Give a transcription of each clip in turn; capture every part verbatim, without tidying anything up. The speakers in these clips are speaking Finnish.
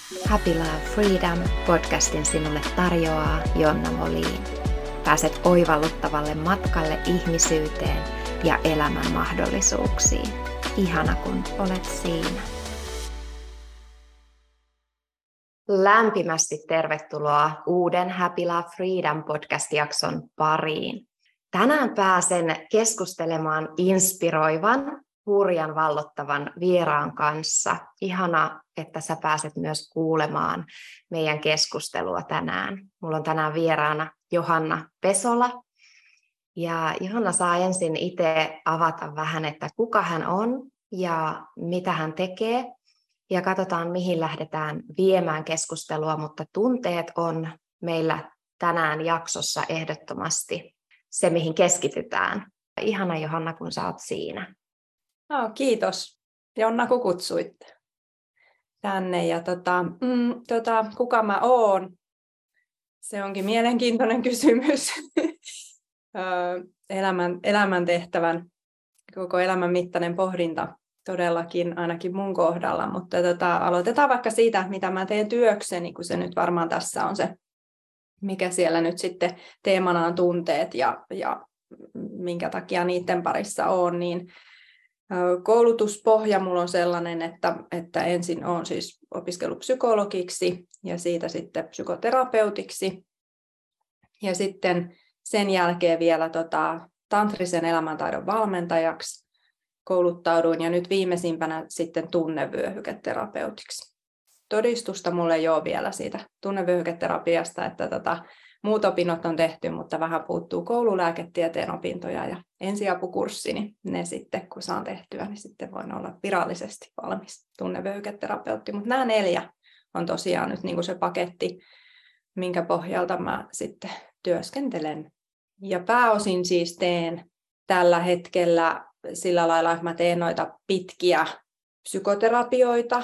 Happy Love Freedom podcastin sinulle tarjoaa Jonna Molin. Pääset oivalluttavalle matkalle ihmisyyteen ja elämän mahdollisuuksiin. Ihana kun olet siinä. Lämpimästi tervetuloa uuden Happy Love Freedom podcast-jakson pariin. Tänään pääsen keskustelemaan inspiroivan, hurjan vallottavan vieraan kanssa. Ihana, että sä pääset myös kuulemaan meidän keskustelua tänään. Mulla on tänään vieraana Johanna Pesola. Ja Johanna saa ensin itse avata vähän, että kuka hän on ja mitä hän tekee. Ja katsotaan, mihin lähdetään viemään keskustelua, mutta tunteet on meillä tänään jaksossa ehdottomasti se, mihin keskitytään. Ihana Johanna, kun sä oot siinä. No, kiitos Jonna, kun kutsuit tänne. Ja tota, mm, tota, kuka mä oon? Se onkin mielenkiintoinen kysymys. elämän, elämäntehtävän, koko elämän mittainen pohdinta todellakin ainakin mun kohdalla. Mutta tota, aloitetaan vaikka siitä, mitä mä teen työkseni, kun se nyt varmaan tässä on se, mikä siellä nyt sitten teemana on tunteet ja, ja minkä takia niiden parissa on, niin koulutuspohja mulla on sellainen, että, että ensin olen siis opiskellut psykologiksi ja siitä sitten psykoterapeutiksi. Ja sitten sen jälkeen vielä tota, tantrisen elämäntaidon valmentajaksi kouluttauduin ja nyt viimeisimpänä sitten tunnevyöhyketerapeutiksi. Todistusta mulla ei ole vielä siitä tunnevyöhyketerapiasta, että tota, muut opinnot on tehty, mutta vähän puuttuu koululääketieteen opintoja ja ensiapukurssi, niin ne sitten, kun saan tehtyä, niin sitten voin olla virallisesti valmis tunnevyöhyketerapeutti. Mutta nämä neljä on tosiaan nyt niin kuin se paketti, minkä pohjalta mä sitten työskentelen. Ja pääosin siis teen tällä hetkellä sillä lailla, että mä teen noita pitkiä psykoterapioita.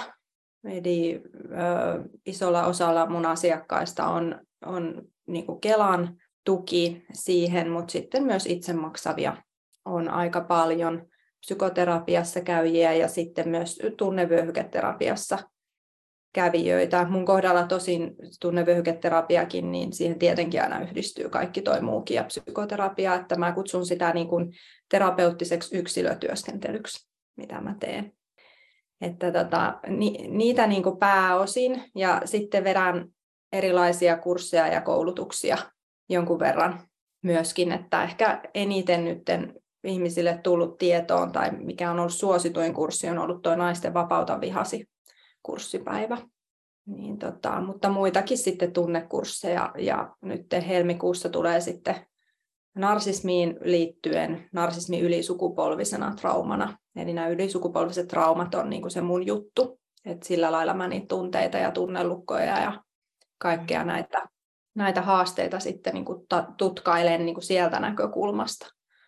Eli ö, isolla osalla mun asiakkaista on, on niin kuin Kelan tuki siihen, mutta sitten myös itse maksavia on aika paljon psykoterapiassa käyjiä ja sitten myös tunnevyöhyketerapiassa kävijöitä. Mun kohdalla tosin tunnevyöhyketerapiakin, niin siihen tietenkin aina yhdistyy kaikki toi muukin ja psykoterapia, että mä kutsun sitä niin kuin terapeuttiseksi yksilötyöskentelyksi, mitä mä teen. Että tota, ni, niitä niin kuin pääosin ja sitten vedän erilaisia kursseja ja koulutuksia jonkun verran myöskin, että ehkä eniten nyt ihmisille tullut tietoon tai mikä on ollut suosituin kurssi on ollut tuo Naisten vapauta vihasi kurssipäivä. Niin tota, mutta muitakin sitten tunnekursseja ja nyt helmikuussa tulee sitten narsismiin liittyen narsismi ylisukupolvisena traumana. Eli nämä ylisukupolviset traumat on niin kuin se mun juttu. Et sillä lailla mä niitä tunteita ja tunnelukkoja ja kaikkea näitä, näitä haasteita sitten niin kuin tutkailen niin kuin sieltä näkökulmasta.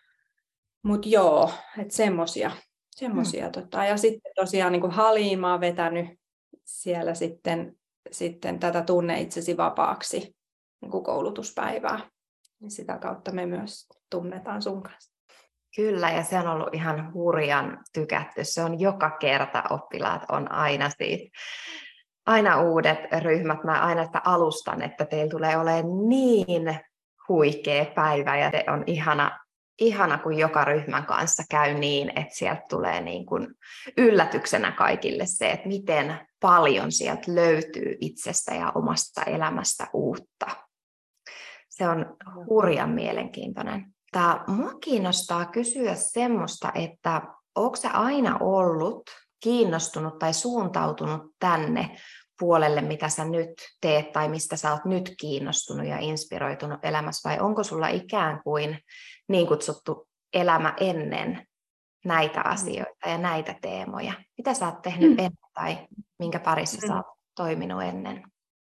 Mutta joo, että semmoisia. semmosia, hmm. tota. Ja sitten tosiaan niin kuin Haliima on vetänyt siellä sitten, sitten tätä Tunne itsesi vapaaksi niin kuin koulutuspäivää. Sitä kautta me myös tunnetaan sun kanssa. Kyllä, ja se on ollut ihan hurjan tykätty. Se on joka kerta, oppilaat on aina siitä. Aina uudet ryhmät. Mä aina että alustan, että teillä tulee olemaan niin huikea päivä, ja se on ihana, ihana, kun joka ryhmän kanssa käy niin, että sieltä tulee niin kuin yllätyksenä kaikille se, että miten paljon sieltä löytyy itsestä ja omasta elämästä uutta. Se on hurjan mielenkiintoinen. Tää, mua kiinnostaa kysyä semmoista, että onko sä aina ollut kiinnostunut tai suuntautunut tänne puolelle, mitä sä nyt teet tai mistä sä oot nyt kiinnostunut ja inspiroitunut elämässä, vai onko sulla ikään kuin niin kutsuttu elämä ennen näitä asioita ja näitä teemoja? Mitä sä oot tehnyt mm. ennen tai minkä parissa mm. sä oot toiminut ennen?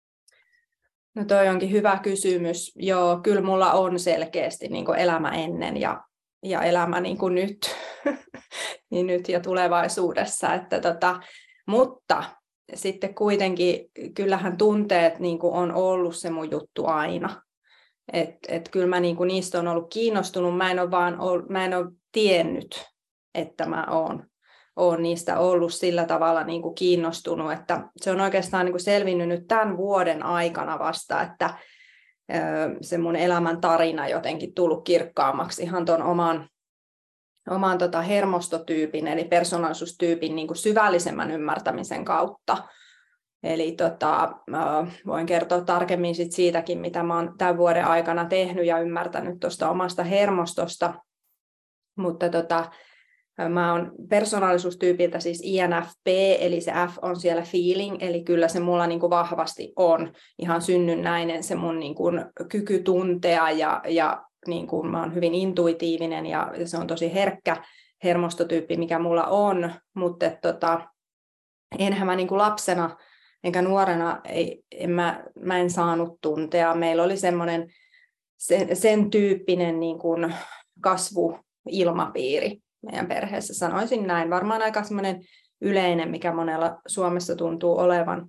No toi onkin hyvä kysymys. Joo, kyllä mulla on selkeästi niin kuin elämä ennen ja, ja elämä niin kuin nyt, niin nyt ja tulevaisuudessa. Että tota, mutta sitten kuitenkin kyllähän tunteet niin kuin on ollut se mun juttu aina. Et, et kyllä mä niin kuin niistä on ollut kiinnostunut. Mä en ole vaan ollut, mä en ole tiennyt, että mä oon ole niistä ollut sillä tavalla niin kuin kiinnostunut, että se on oikeastaan niin kuin selvinnyt nyt tämän vuoden aikana vasta, että se mun elämän tarina jotenkin tullut kirkkaammaksi ihan tuon oman, oman tota hermostotyypin eli persoonallisuustyypin niin kuin syvällisemmän ymmärtämisen kautta. Eli tota, voin kertoa tarkemmin sit siitäkin, mitä mä oon tämän vuoden aikana tehnyt ja ymmärtänyt tuosta omasta hermostosta. Mutta tota, mä oon persoonallisuustyypiltä siis I N F P, eli se F on siellä feeling, eli kyllä se mulla niinku vahvasti on ihan synnynnäinen se mun niinku kyky tuntea ja, ja niinku mä oon hyvin intuitiivinen ja se on tosi herkkä hermostotyyppi, mikä mulla on, mutta tota, enhän mä niinku lapsena enkä nuorena ei, en mä, mä en saanut tuntea. Meillä oli semmoinen sen, sen tyyppinen niin kuin kasvuilmapiiri meidän perheessä, sanoisin näin. Varmaan aika semmoinen yleinen, mikä monella Suomessa tuntuu olevan.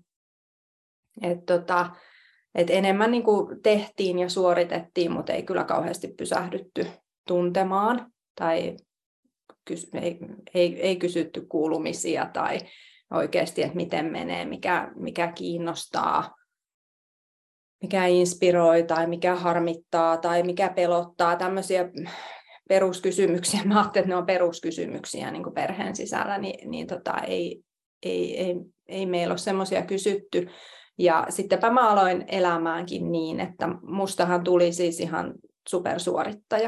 Et tota, et enemmän niin kuin tehtiin ja suoritettiin, mutta ei kyllä kauheasti pysähdytty tuntemaan tai kys, ei, ei, ei kysytty kuulumisia tai oikeasti, että miten menee, mikä, mikä kiinnostaa, mikä inspiroi tai mikä harmittaa tai mikä pelottaa. Tämmöisiä peruskysymyksiä, mä ajattelin, että ne on peruskysymyksiä niin kuin perheen sisällä, niin, niin tota, ei, ei, ei, ei meillä ole semmoisia kysytty. Ja sittenpä mä aloin elämäänkin niin, että mustahan tuli siis ihan supersuorittaja.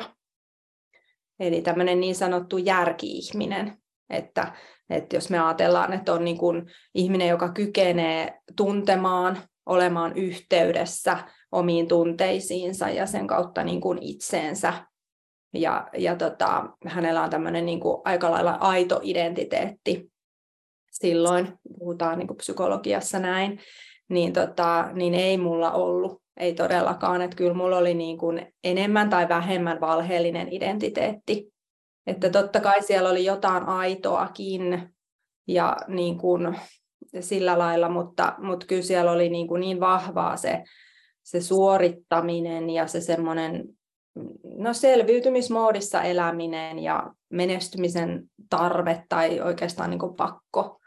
Eli tämmöinen niin sanottu järki-ihminen. Että, että jos me ajatellaan, että on niin kuin ihminen, joka kykenee tuntemaan, olemaan yhteydessä omiin tunteisiinsa ja sen kautta niin kuin itseensä. Ja, ja tota, hänellä on tämmöinen niin kuin aika lailla aito identiteetti. Silloin puhutaan niin kuin psykologiassa näin, niin, tota, niin ei mulla ollut. Ei todellakaan, että kyllä mulla oli niin kuin enemmän tai vähemmän valheellinen identiteetti. Että totta kai siellä oli jotain aitoakin ja niin kuin sillä lailla, mutta, mutta kyllä siellä oli niin, kuin niin vahvaa se, se suorittaminen ja se semmoinen no selviytymismoodissa eläminen ja menestymisen tarve tai oikeastaan niin kuin pakko.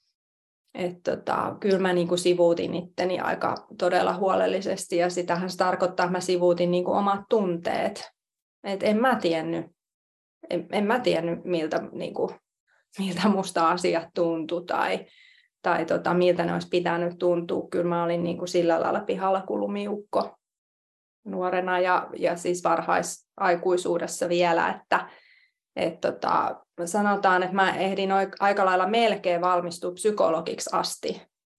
Että tota, kyllä mä niin kuin sivuutin itteni aika todella huolellisesti ja sitähän se tarkoittaa, että mä sivuutin niin kuin omat tunteet. Että en mä tiennyt. En, en mä tiennyt, miltä, niin kuin, miltä musta asiat tuntui tai, tai tota, miltä ne olisi pitänyt tuntua. Kyllä mä olin niin kuin sillä lailla pihalla kuin lumiukko nuorena ja, ja siis varhaisaikuisuudessa vielä, että et tota, sanotaan, että mä ehdin aika lailla melkein valmistua psykologiksi asti.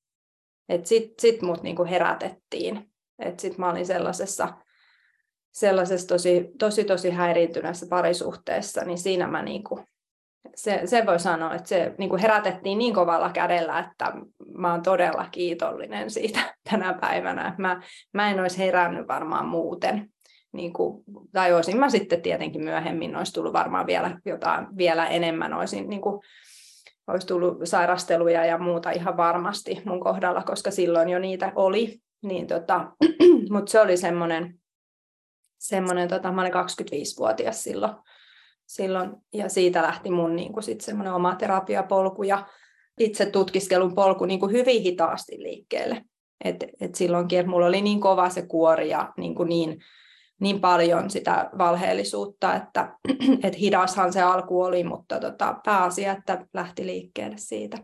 Sitten sit mut niin kuin herätettiin. Sitten mä olin sellaisessa sellaisessa tosi, tosi, tosi häiriintyneessä parisuhteessa, niin siinä mä niinku, se, se voi sanoa, että se niinku herätettiin niin kovalla kädellä, että mä oon todella kiitollinen siitä tänä päivänä. Mä, mä en olisi herännyt varmaan muuten. Niinku, tai olisin mä sitten tietenkin myöhemmin, olisi tullut varmaan vielä jotain vielä enemmän, olisin, niinku, olisi tullut sairasteluja ja muuta ihan varmasti mun kohdalla, koska silloin jo niitä oli. Niin tota, mutta se oli semmoinen, semmoinen, tota, mä olin kaksikymmentäviisivuotias silloin, silloin ja siitä lähti mun niin kuin, sit semmoinen oma terapiapolku ja itse tutkiskelun polku niin kuin hyvin hitaasti liikkeelle. Et, et silloinkin, että mulla oli niin kova se kuori ja niin, kuin niin, niin paljon sitä valheellisuutta, että et hidashan se alku oli, mutta tota, pääasia, että lähti liikkeelle siitä.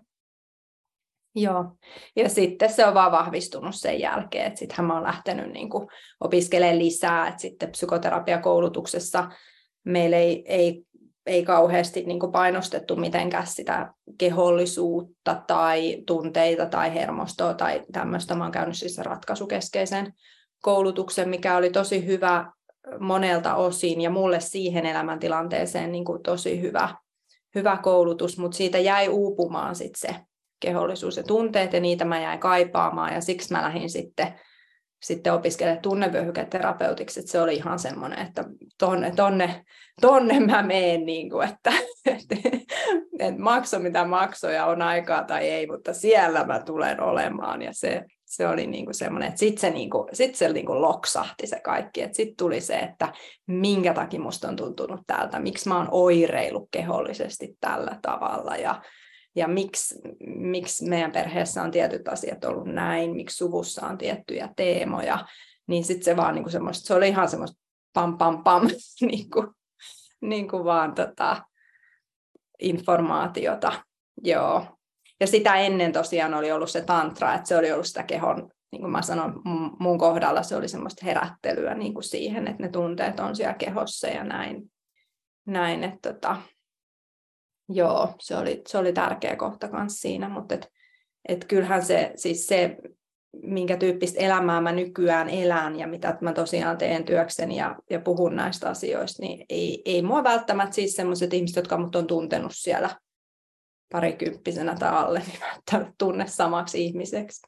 Joo, ja sitten se on vaan vahvistunut sen jälkeen, että sittenhän mä oon lähtenyt niin kuin opiskelemaan lisää, että sitten psykoterapiakoulutuksessa meillä ei, ei, ei kauheasti niin kuin painostettu mitenkään sitä kehollisuutta tai tunteita tai hermostoa tai tämmöistä. Mä oon käynyt siis ratkaisukeskeisen koulutuksen, mikä oli tosi hyvä monelta osin ja mulle siihen elämäntilanteeseen niin kuin tosi hyvä, hyvä koulutus, mutta siitä jäi uupumaan sitten se kehollisuus ja tunteet, ja niitä mä jäin kaipaamaan, ja siksi mä lähdin sitten, sitten opiskelemaan tunnevyöhyketerapeutiksi, että se oli ihan semmoinen, että tonne, tonne, tonne mä meen, niin kuin, että, että, että makso mitä maksoja on aikaa tai ei, mutta siellä mä tulen olemaan, ja se, se oli niin kuin semmoinen, että sitten se, niin kuin, sit se niin kuin loksahti se kaikki, että sitten tuli se, että minkä takia musta on tuntunut täältä, miksi mä oon oireillut kehollisesti tällä tavalla, ja ja miksi, miksi meidän perheessä on tietyt asiat ollut näin, miksi suvussa on tiettyjä teemoja, niin sitten se vaan niin kuin semmoista, se oli ihan semmoista pam pam pam, niin kuin, niin kuin vaan tota, informaatiota, joo. Ja sitä ennen tosiaan oli ollut se tantra, että se oli ollut sitä kehon, niin kuin mä sanon, mun kohdalla se oli semmoista herättelyä niin kuin siihen, että ne tunteet on siellä kehossa ja näin, näin että tota, joo, se oli, se oli tärkeä kohta myös siinä, mutta et, et kyllähän se, siis se, minkä tyyppistä elämää mä nykyään elän ja mitä mä tosiaan teen työkseni ja, ja puhun näistä asioista, niin ei, ei mua välttämättä siis sellaiset ihmiset, jotka mut on tuntenut siellä parikymppisenä tai alle, niin välttämättä tunne samaksi ihmiseksi.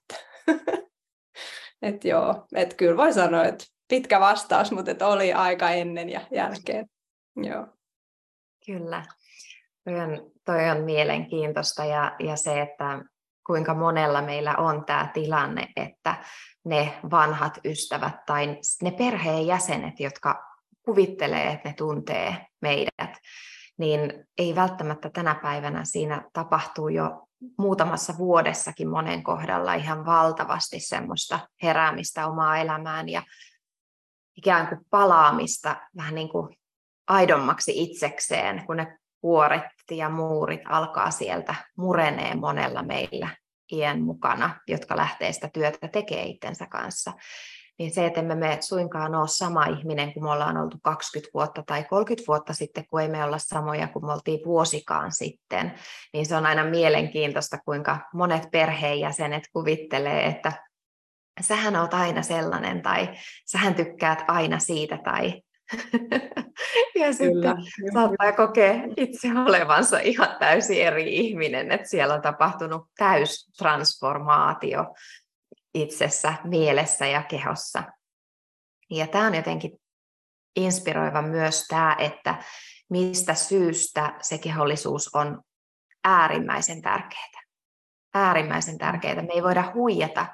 Että joo, että kyllä voi sanoa, että pitkä vastaus, mutta että oli aika ennen ja jälkeen. Joo. Kyllä. Toi on, toi on mielenkiintoista ja, ja se, että kuinka monella meillä on tämä tilanne, että ne vanhat ystävät tai ne perheenjäsenet, jotka kuvittelee, että ne tuntee meidät, niin ei välttämättä tänä päivänä siinä tapahtuu jo muutamassa vuodessakin monen kohdalla ihan valtavasti semmoista heräämistä omaa elämään ja ikään kuin palaamista vähän niin kuin aidommaksi itsekseen, kun ne kuoret ja muurit alkaa sieltä murenee monella meillä iän mukana, jotka lähtee sitä työtä tekemään itsensä kanssa. Niin se, että emme me suinkaan ole sama ihminen, kuin me ollaan oltu kaksikymmentä vuotta tai kolmekymmentä vuotta sitten, kun ei me olla samoja kuin me oltiin vuosikaan sitten, niin se on aina mielenkiintoista, kuinka monet perheenjäsenet kuvittelee, että sähän oot aina sellainen, tai sähän tykkäät aina siitä, tai ja sitten saattaa kokea itse olevansa ihan täysin eri ihminen, että siellä on tapahtunut täystransformaatio itsessä, mielessä ja kehossa. Ja tämä on jotenkin inspiroiva myös tämä, että mistä syystä se kehollisuus on äärimmäisen tärkeää. Äärimmäisen tärkeää. Me ei voida huijata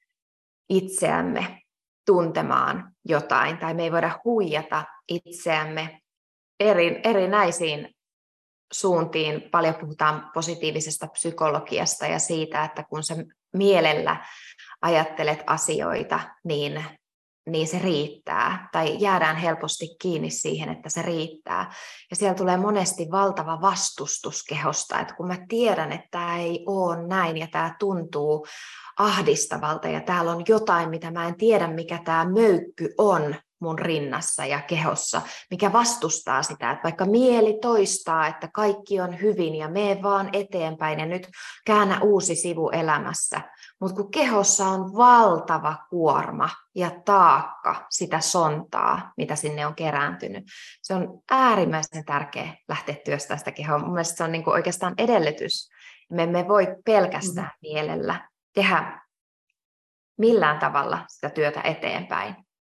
itseämme tuntemaan jotain, tai me ei voida huijata itseämme eri, erinäisiin suuntiin. Paljon puhutaan positiivisesta psykologiasta ja siitä, että kun sä mielellä ajattelet asioita, niin, niin se riittää. Tai jäädään helposti kiinni siihen, että se riittää. Ja siellä tulee monesti valtava vastustus kehosta, että kun mä tiedän, että tämä ei ole näin ja tämä tuntuu ahdistavalta ja täällä on jotain, mitä mä en tiedä, mikä tämä möykky on mun rinnassa ja kehossa, mikä vastustaa sitä, että vaikka mieli toistaa, että kaikki on hyvin ja mene vaan eteenpäin ja nyt käännä uusi sivu elämässä, mutta kun kehossa on valtava kuorma ja taakka sitä sontaa, mitä sinne on kerääntynyt, se on äärimmäisen tärkeää lähteä työstämään sitä kehoa. Mun mielestä se on niin kuin oikeastaan edellytys. Me emme voi pelkästään mm-hmm. mielellä tehdä millään tavalla sitä työtä eteenpäin.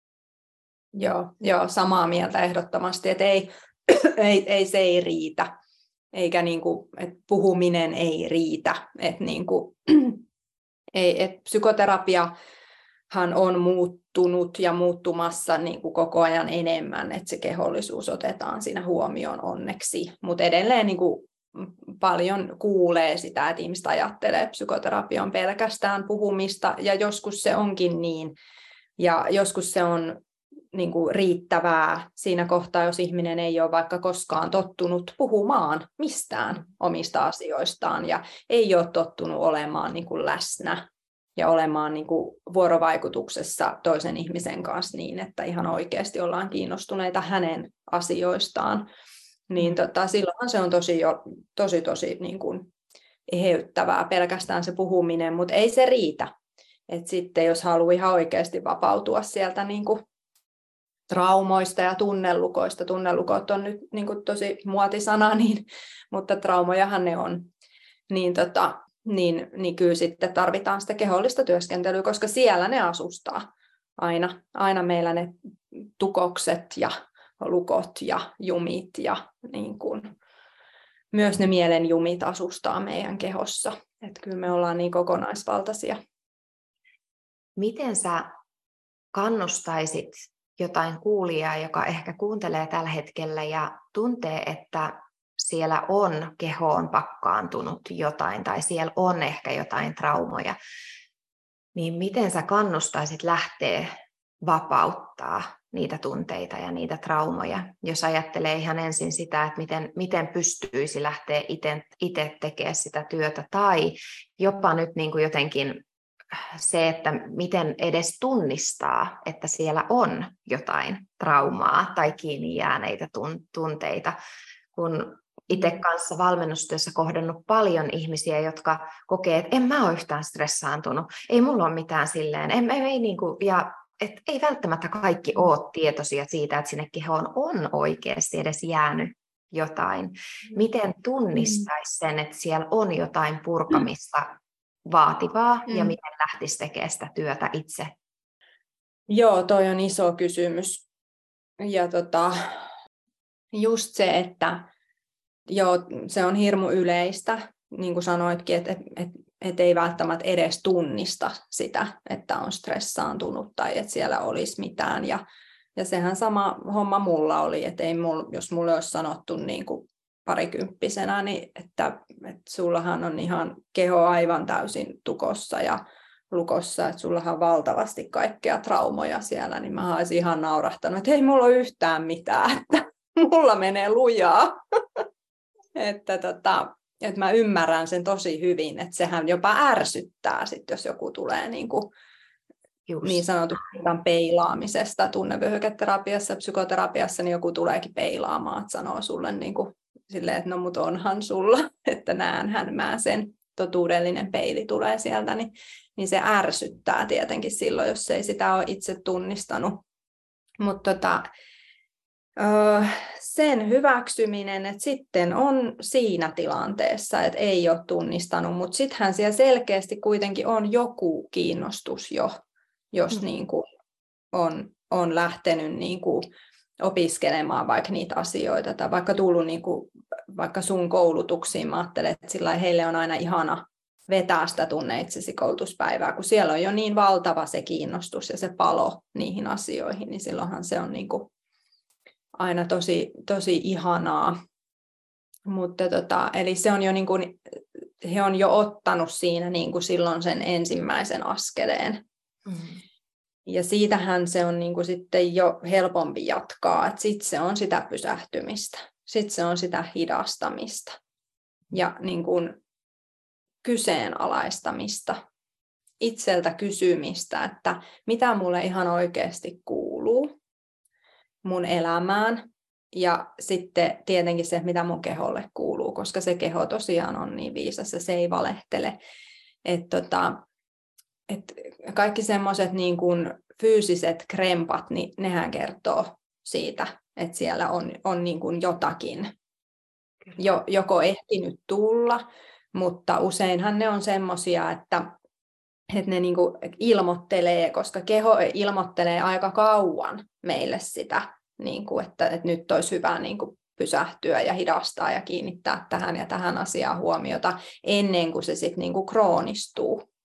Joo, joo, samaa mieltä ehdottomasti, että ei, ei, ei, se ei riitä, eikä niin kuin, että puhuminen ei riitä, että niin kuin, ei, että psykoterapiahan on muuttunut ja muuttumassa niin kuin koko ajan enemmän, että se kehollisuus otetaan siinä huomioon onneksi, mutta edelleen niin kuin paljon kuulee sitä, että ihmiset ajattelee, että psykoterapia on pelkästään puhumista ja joskus se onkin niin ja joskus se on niin kuin riittävää siinä kohtaa, jos ihminen ei ole vaikka koskaan tottunut puhumaan mistään omista asioistaan ja ei ole tottunut olemaan niin kuin läsnä ja olemaan niin kuin vuorovaikutuksessa toisen ihmisen kanssa niin, että ihan oikeasti ollaan kiinnostuneita hänen asioistaan, niin tota, silloinhan se on tosi, jo, tosi, tosi niin kuin eheyttävää pelkästään se puhuminen, mutta ei se riitä. Et sitten jos haluaa ihan oikeasti vapautua sieltä niin kuin traumoista ja tunnelukoista. Tunnelukot on nyt niin kuin tosi muotisana, niin, mutta traumojahan ne on. Niin, tota, niin, niin kyllä sitten tarvitaan sitä kehollista työskentelyä, koska siellä ne asustaa. Aina, aina meillä ne tukokset ja lukot ja jumit ja niin kuin, myös ne mielen jumit asustaa meidän kehossa. Että kyllä me ollaan niin kokonaisvaltaisia. Miten sä kannustaisit jotain kuulijaa, joka ehkä kuuntelee tällä hetkellä ja tuntee, että siellä on kehoon pakkaantunut jotain tai siellä on ehkä jotain traumoja, niin miten sä kannustaisit lähteä vapauttaa niitä tunteita ja niitä traumoja, jos ajattelee ihan ensin sitä, että miten, miten pystyisi lähteä itse tekemään sitä työtä, tai jopa nyt niin kuin jotenkin se, että miten edes tunnistaa, että siellä on jotain traumaa tai kiinni jääneitä tunteita, kun itse kanssa valmennustyössä kohdannut paljon ihmisiä, jotka kokee, että en mä ole yhtään stressaantunut, ei mulla ole mitään silleen, en, ei, ei niin kuin, ja et ei välttämättä kaikki ole tietoisia siitä, että sinne kehoon on oikeasti edes jäänyt jotain. Miten tunnistaisi sen, että siellä on jotain purkamista vaativaa mm. ja miten lähtisi tekemään sitä työtä itse? Joo, toi on iso kysymys. Ja tota, just se, että joo, se on hirmu yleistä, niin kuin sanoitkin, että et, et, et ei välttämättä edes tunnista sitä, että on stressaantunut tai että siellä olisi mitään. Ja, ja sehän sama homma mulla oli, että ei mul, jos mulle olisi sanottu niin kuin parikymppisenä, niin että, että sullahan on ihan keho aivan täysin tukossa ja lukossa, että sullahan on valtavasti kaikkea traumoja siellä, niin mä olisin ihan naurahtanut, että ei mulla ole yhtään mitään, että mulla menee lujaa. että, tota, että mä ymmärrän sen tosi hyvin, että sehän jopa ärsyttää, sit, jos joku tulee niin, kuin, niin sanotusti peilaamisesta tunnevyöhyketerapiassa ja psykoterapiassa, niin joku tuleekin peilaamaan, että sanoo sulle niin kuin, silleen, että no mut onhan sulla, että näenhän mä sen, totuudellinen peili tulee sieltä, niin, niin se ärsyttää tietenkin silloin, jos ei sitä ole itse tunnistanut. Mutta tota, öö, sen hyväksyminen, että sitten on siinä tilanteessa, että ei ole tunnistanut, mutta sittenhän siellä selkeästi kuitenkin on joku kiinnostus jo, jos mm. niin kuin on, on lähtenyt niin kuin opiskelemaan vaikka niitä asioita, tai vaikka tullut niin kuin, vaikka sun koulutuksiin, mä ajattelen, että sillä heille on aina ihana vetää sitä tunne itsesi koulutuspäivää, kun siellä on jo niin valtava se kiinnostus ja se palo niihin asioihin, niin silloinhan se on niin kuin aina tosi, tosi ihanaa. Mutta tota, eli se on jo niin kuin, he on jo ottanut siinä niin kuin silloin sen ensimmäisen askeleen. Mm-hmm. Ja siitähän se on niin kuin sitten jo helpompi jatkaa, että sitten se on sitä pysähtymistä, sitten se on sitä hidastamista ja niin kuin kyseenalaistamista, itseltä kysymistä, että mitä mulle ihan oikeasti kuuluu mun elämään ja sitten tietenkin se, mitä mun keholle kuuluu, koska se keho tosiaan on niin viisas ja se ei valehtele. Että tota, et kaikki semmoiset niin kuin fyysiset krempat, niin nehän kertoo siitä, että siellä on, on niin kuin jotakin jo, joko ehtinyt tulla, mutta useinhan ne on semmoisia, että, että ne niin kuin ilmoittelee, koska keho ilmoittelee aika kauan meille sitä, niin kuin, että, että nyt olisi hyvä niin kuin pysähtyä ja hidastaa ja kiinnittää tähän ja tähän asiaan huomiota ennen kuin se sitten niin kuin kroonistuu.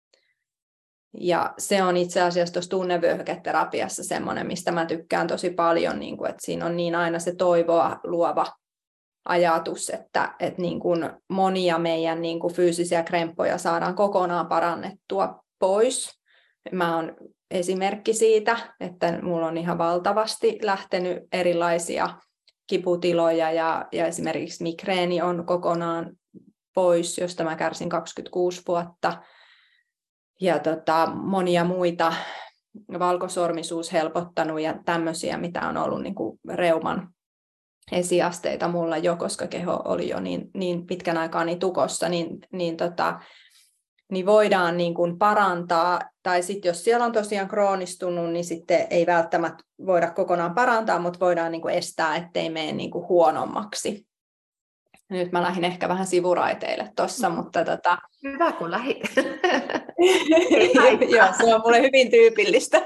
Ja se on itse asiassa tuossa tunnevyöhyketerapiassa semmoinen, mistä mä tykkään tosi paljon, niin kuin, että siinä on niin aina se toivoa luova ajatus, että, että niin kuin monia meidän niin kuin fyysisiä kremppoja saadaan kokonaan parannettua pois. Mä oon esimerkki siitä, että mulla on ihan valtavasti lähtenyt erilaisia kiputiloja ja, ja esimerkiksi migreeni on kokonaan pois, josta mä kärsin kaksikymmentäkuusi vuotta. Ja tota, monia muita, valkosormisuus helpottanut ja tämmöisiä, mitä on ollut niin kuin reuman esiasteita mulla jo, koska keho oli jo niin, niin pitkän aikaa niin tukossa, niin, niin, tota, niin voidaan niin kuin parantaa, tai sitten jos siellä on tosiaan kroonistunut, niin sitten ei välttämättä voida kokonaan parantaa, mutta voidaan niin kuin estää, ettei mene niin kuin huonommaksi. Nyt mä lähdin ehkä vähän sivuraiteille tuossa, mutta tota... Hyvä, kun lähdit. Joo, se on mulle hyvin tyypillistä.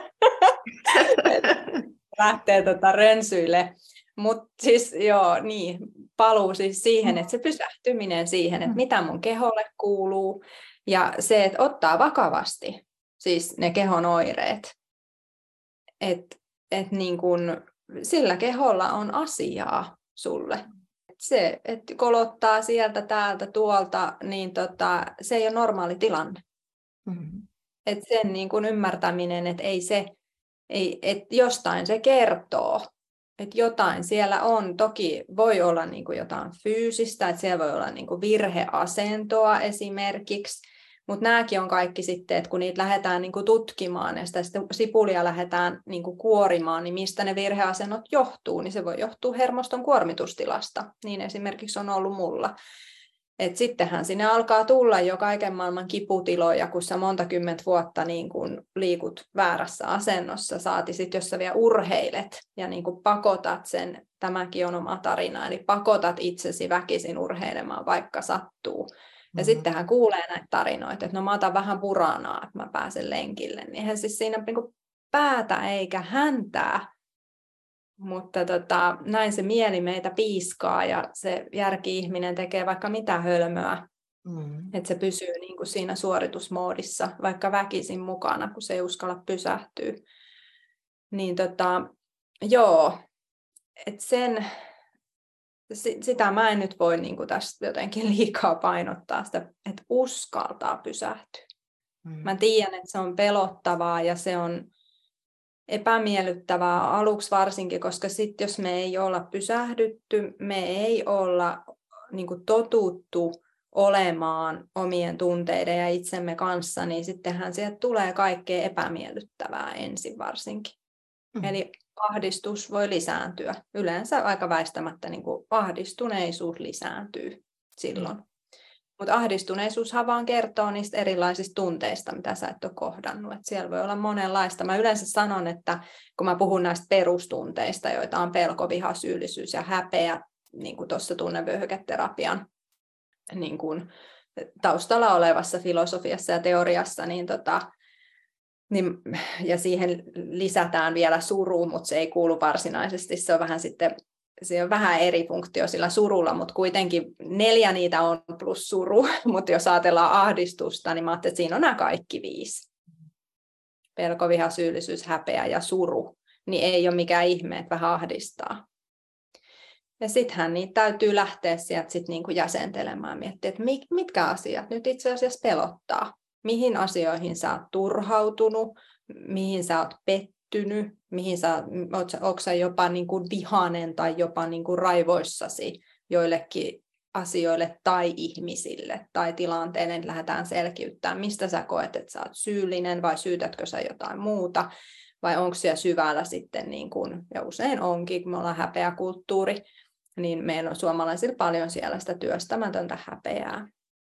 Lähtee tota rönsyille. Mutta siis joo, niin, paluu siis siihen, että se pysähtyminen siihen, että mitä mun keholle kuuluu. Ja se, että ottaa vakavasti siis ne kehon oireet. Että et niin kun, sillä keholla on asiaa sulle. se, että kolottaa sieltä, täältä, tuolta, niin tota, se ei ole normaali tilanne. Mm-hmm. Että sen niin kuin ymmärtäminen, että ei se, ei, että jostain se kertoo. Että jotain siellä on. Toki voi olla niin kuin jotain fyysistä, että siellä voi olla niin kuin virheasentoa esimerkiksi. Mutta nämäkin on kaikki sitten, että kun niitä lähdetään niin kuin tutkimaan ja sitä sipulia lähdetään niin kuin kuorimaan, niin mistä ne virheasennot johtuu, niin se voi johtua hermoston kuormitustilasta. Niin esimerkiksi on ollut mulla. Et sittenhän sinne alkaa tulla jo kaiken maailman kiputiloja, kun sä monta kymmentä vuotta niin kun liikut väärässä asennossa, saati sit, jos sä vielä urheilet ja niin kun pakotat sen, tämäkin on oma tarina, eli pakotat itsesi väkisin urheilemaan, vaikka sattuu. Ja mm-hmm. sittenhän kuulee näitä tarinoita, että no mä otan vähän puranaa, että mä pääsen lenkille, niin eihän siis siinä niin kun päätä eikä häntää. Mutta tota, näin se mieli meitä piiskaa ja se järki-ihminen tekee vaikka mitä hölmöä, mm. että se pysyy niin kuin siinä suoritusmoodissa, vaikka väkisin mukana, kun se ei uskalla pysähtyä. Niin tota, joo, että sen, sitä mä en nyt voi niin kuin tästä jotenkin liikaa painottaa, sitä, että uskaltaa pysähtyä. Mm. Mä tiedän, että se on pelottavaa ja se on epämiellyttävää aluksi varsinkin, koska sitten jos me ei olla pysähdytty, me ei olla niin kuin totuttu olemaan omien tunteiden ja itsemme kanssa, niin sittenhän sieltä tulee kaikkea epämiellyttävää ensin varsinkin. Mm. Eli ahdistus voi lisääntyä. Yleensä aika väistämättä niin kuin ahdistuneisuus lisääntyy silloin. Mm. Mutta ahdistuneisuushan vaan kertoo niistä erilaisista tunteista, mitä sä et ole kohdannut. Et siellä voi olla monenlaista. Mä yleensä sanon, että kun mä puhun näistä perustunteista, joita on pelko, viha, syyllisyys ja häpeä, niin kuin tuossa tunnevyöhyketerapian niin kuin taustalla olevassa filosofiassa ja teoriassa, niin tota, niin, ja siihen lisätään vielä suru, mutta se ei kuulu varsinaisesti. Se on vähän sitten... Se on vähän eri funktio sillä surulla, mutta kuitenkin neljä niitä on plus suru. Mutta jos ajatellaan ahdistusta, niin mä ajattelin, että siinä on nämä kaikki viisi. Pelko, viha, syyllisyys, häpeä ja suru. Niin ei ole mikään ihme, että vähän ahdistaa. Ja sittenhän niitä täytyy lähteä sieltä sit niinku jäsentelemään, miettiä, että mitkä asiat nyt itse asiassa pelottaa. Mihin asioihin sä oot turhautunut, mihin sä oot pettynyt. Mihin sä, ootko sä jopa niin kuin vihainen tai jopa niin kuin raivoissasi joillekin asioille tai ihmisille tai tilanteille, että lähdetään selkiyttämään, mistä sä koet, että sä oot syyllinen vai syytätkö sä jotain muuta vai onko siellä syvällä sitten, niin kuin, ja usein onkin, kun me ollaan häpeäkulttuuri, niin meillä on suomalaisilla paljon siellä sitä työstämätöntä häpeää.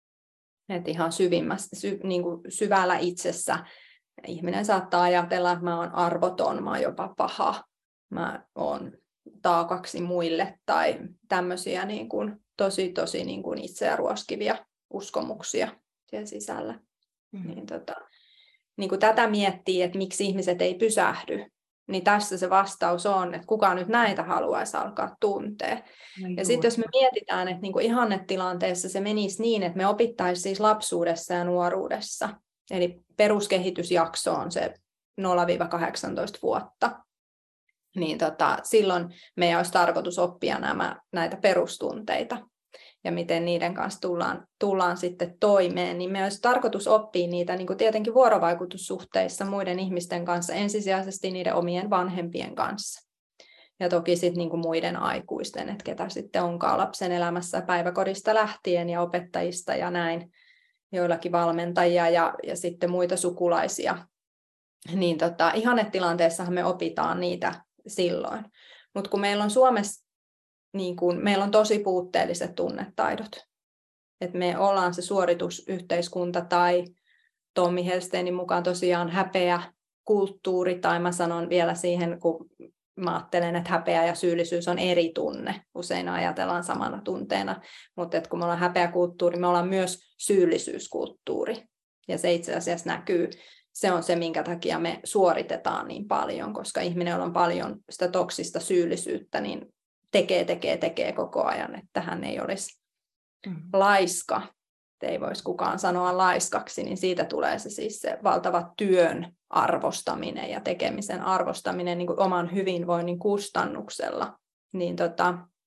Että ihan syvimmässä, sy, niin kuin syvällä itsessä ihminen saattaa ajatella, että mä oon arvoton, mä oon jopa paha, mä oon taakaksi muille tai tämmöisiä niin kuin tosi tosi niin kuin itseä ruoskivia uskomuksia siellä sisällä. Mm. Niin tota, niin kuin tätä miettii, että miksi ihmiset ei pysähdy, niin tässä se vastaus on, että kuka nyt näitä haluaisi alkaa tuntea. No ja sitten jos me mietitään, että niin kuin ihannetilanteessa se menisi niin, että me opittaisiin siis lapsuudessa ja nuoruudessa. Eli peruskehitysjakso on se nolla kahdeksantoista vuotta. Niin tota, silloin meidän olisi tarkoitus oppia nämä, näitä perustunteita ja miten niiden kanssa tullaan, tullaan sitten toimeen. Niin meidän olisi tarkoitus oppia niitä niin kuin tietenkin vuorovaikutussuhteissa muiden ihmisten kanssa, ensisijaisesti niiden omien vanhempien kanssa. Ja toki sitten niin kuin muiden aikuisten, että ketä sitten onkaan lapsen elämässä päiväkodista lähtien ja opettajista ja näin. Joillakin valmentajia ja, ja sitten muita sukulaisia, niin tota, ihannetilanteessahan me opitaan niitä silloin. Mutta kun meillä on Suomessa, niin kun, meillä on tosi puutteelliset tunnetaidot, että me ollaan se suoritusyhteiskunta tai Tommi Helsteinin mukaan tosiaan häpeä, kulttuuri, tai mä sanon vielä siihen, kun mä ajattelen, että häpeä ja syyllisyys on eri tunne. Usein ajatellaan samana tunteena, mutta että kun me ollaan häpeäkulttuuri, me ollaan myös syyllisyyskulttuuri. Ja se itse asiassa näkyy, se on se, minkä takia me suoritetaan niin paljon, koska ihminen, jolla on paljon sitä toksista syyllisyyttä, niin tekee, tekee, tekee koko ajan, että hän ei olisi mm. laiska. Ei voisi kukaan sanoa laiskaksi, niin siitä tulee se siis se valtava työn arvostaminen ja tekemisen arvostaminen niin kuin oman hyvinvoinnin kustannuksella. Niin tota,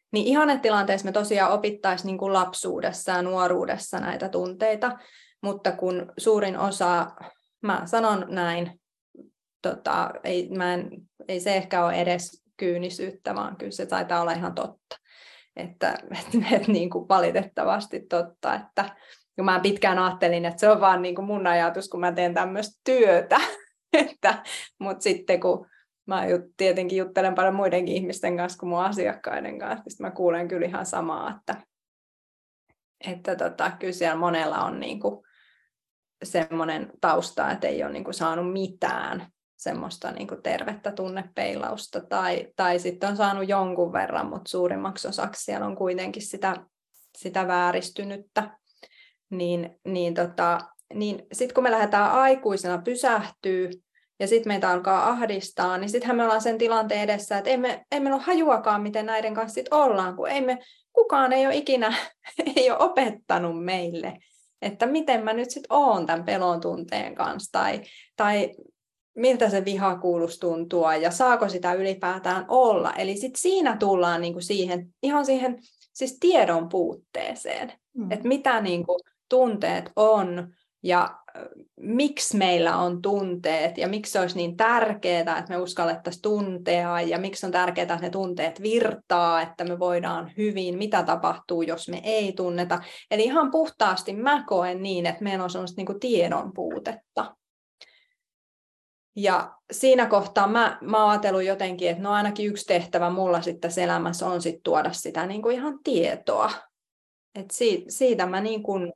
Niin ihannetilanteessa me tosiaan opittaisiin niin kuin lapsuudessa ja nuoruudessa näitä tunteita, mutta kun suurin osa, mä sanon näin, tota, ei, mä en, ei se ehkä ole edes kyynisyyttä, vaan kyllä se taitaa olla ihan totta. Että et, et, niin kuin valitettavasti totta, että kun mä pitkään ajattelin, että se on vaan niin kuin mun ajatus, kun mä teen tämmöistä työtä, että, mutta sitten kun mä tietenkin juttelen paljon muidenkin ihmisten kanssa kuin mun asiakkaiden kanssa, niin mä kuulen kyllä ihan samaa, että, että tota, kyllä siellä monella on niin kuin semmoinen tausta, että ei ole niin kuin saanut mitään semmoista niin kuin tervettä tunnepeilausta, tai, tai sitten on saanut jonkun verran, mutta suurimmaksi osaksi siellä on kuitenkin sitä, sitä vääristynyttä. Niin, niin, tota, niin sitten kun me lähdetään aikuisena pysähtyä, ja sitten meitä alkaa ahdistaa, niin sittenhän me ollaan sen tilanteen edessä, että ei, me, ei meillä ole hajuakaan, miten näiden kanssa sit ollaan, kun ei me, kukaan ei ole ikinä ei ole opettanut meille, että miten mä nyt sitten oon tämän pelon tunteen kanssa, tai, tai miltä se vihakuulus tuntuu, ja saako sitä ylipäätään olla. Eli sitten siinä tullaan niinku siihen, ihan siihen siis tiedon puutteeseen, mm. että mitä niinku tunteet on, ja miksi meillä on tunteet ja miksi se olisi niin tärkeää, että me uskallettaisiin tuntea ja miksi on tärkeää, että ne tunteet virtaa, että me voidaan hyvin, mitä tapahtuu, jos me ei tunneta. Eli ihan puhtaasti mä koen niin, että meillä on sellaista niin kuin tiedon puutetta. Ja siinä kohtaa mä, mä oon ajatellut jotenkin, että no ainakin yksi tehtävä mulla sitten tässä elämässä on sitten tuoda sitä niin kuin ihan tietoa. Et siitä, siitä mä niin kuin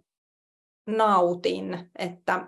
nautin, että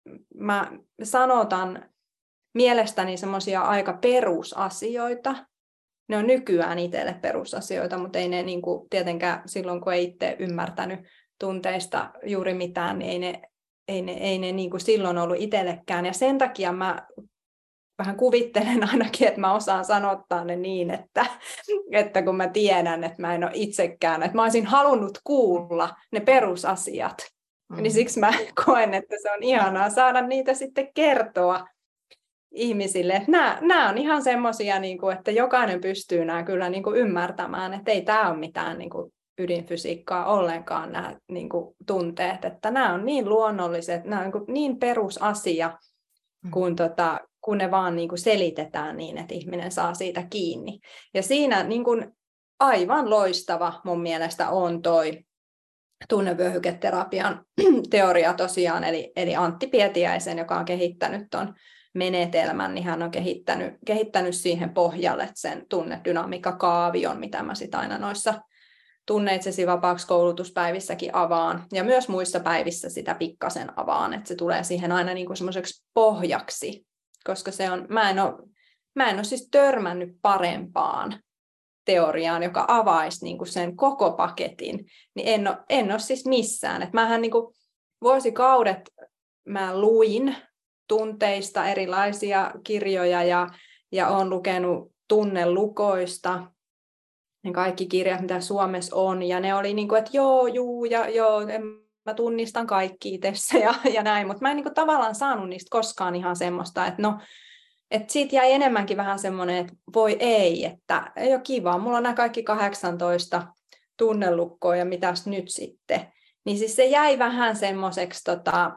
mä sanotan mielestäni semmoisia aika perusasioita. Ne on nykyään itselle perusasioita, mutta ei ne niin kuin, tietenkään silloin, kun ei itse ymmärtänyt tunteista juuri mitään, niin ei ne, ei ne, ei ne niin kuin silloin ollut itsellekään. Ja sen takia mä vähän kuvittelen ainakin, että mä osaan sanottaa ne niin, että, että kun mä tiedän, että mä en ole itsekään, että mä olisin halunnut kuulla ne perusasiat. Mm. Niin siksi mä koen, että se on ihanaa saada niitä sitten kertoa ihmisille. Että nämä, nämä on ihan semmoisia, niin kuin, että jokainen pystyy nämä kyllä niin kuin ymmärtämään, että ei tämä ole mitään niin kuin ydinfysiikkaa ollenkaan nämä niin kuin tunteet, että nämä on niin luonnolliset, nämä on niin, kuin niin perusasia, kun, tota, kun ne vaan niin kuin selitetään niin, että ihminen saa siitä kiinni. Ja siinä niin kuin aivan loistava mun mielestä on toi tunnevyöhyketerapian teoria tosiaan, eli, eli Antti Pietiäisen, joka on kehittänyt tuon menetelmän, niin hän on kehittänyt, kehittänyt siihen pohjalle sen tunnedynamiikkakaavion, mitä mä sit aina noissa Tunne itsesi vapaaksi -koulutuspäivissäkin avaan, ja myös muissa päivissä sitä pikkasen avaan, että se tulee siihen aina niin kuin semmoiseksi pohjaksi, koska se on, mä en ole, mä en ole siis törmännyt parempaan teoriaan, joka avaisi niin kuin sen koko paketin, niin en ole, en ole siis missään. Et mähän niin kuin vuosikaudet mä luin tunteista erilaisia kirjoja ja, ja olen lukenut tunnelukoista, ne kaikki kirjat, mitä Suomessa on, ja ne oli niin kuin, että joo, juu, ja joo, mä tunnistan kaikki itsessä ja, ja näin, mutta mä en niin kuin tavallaan saanut niistä koskaan ihan semmoista, että no, että siitä jäi enemmänkin vähän semmoinen, että voi ei, että ei ole kiva, mulla on nämä kaikki kahdeksantoista tunnelukkoa ja mitäs nyt sitten. Niin siis se jäi vähän semmoiseksi, tota,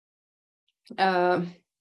öö,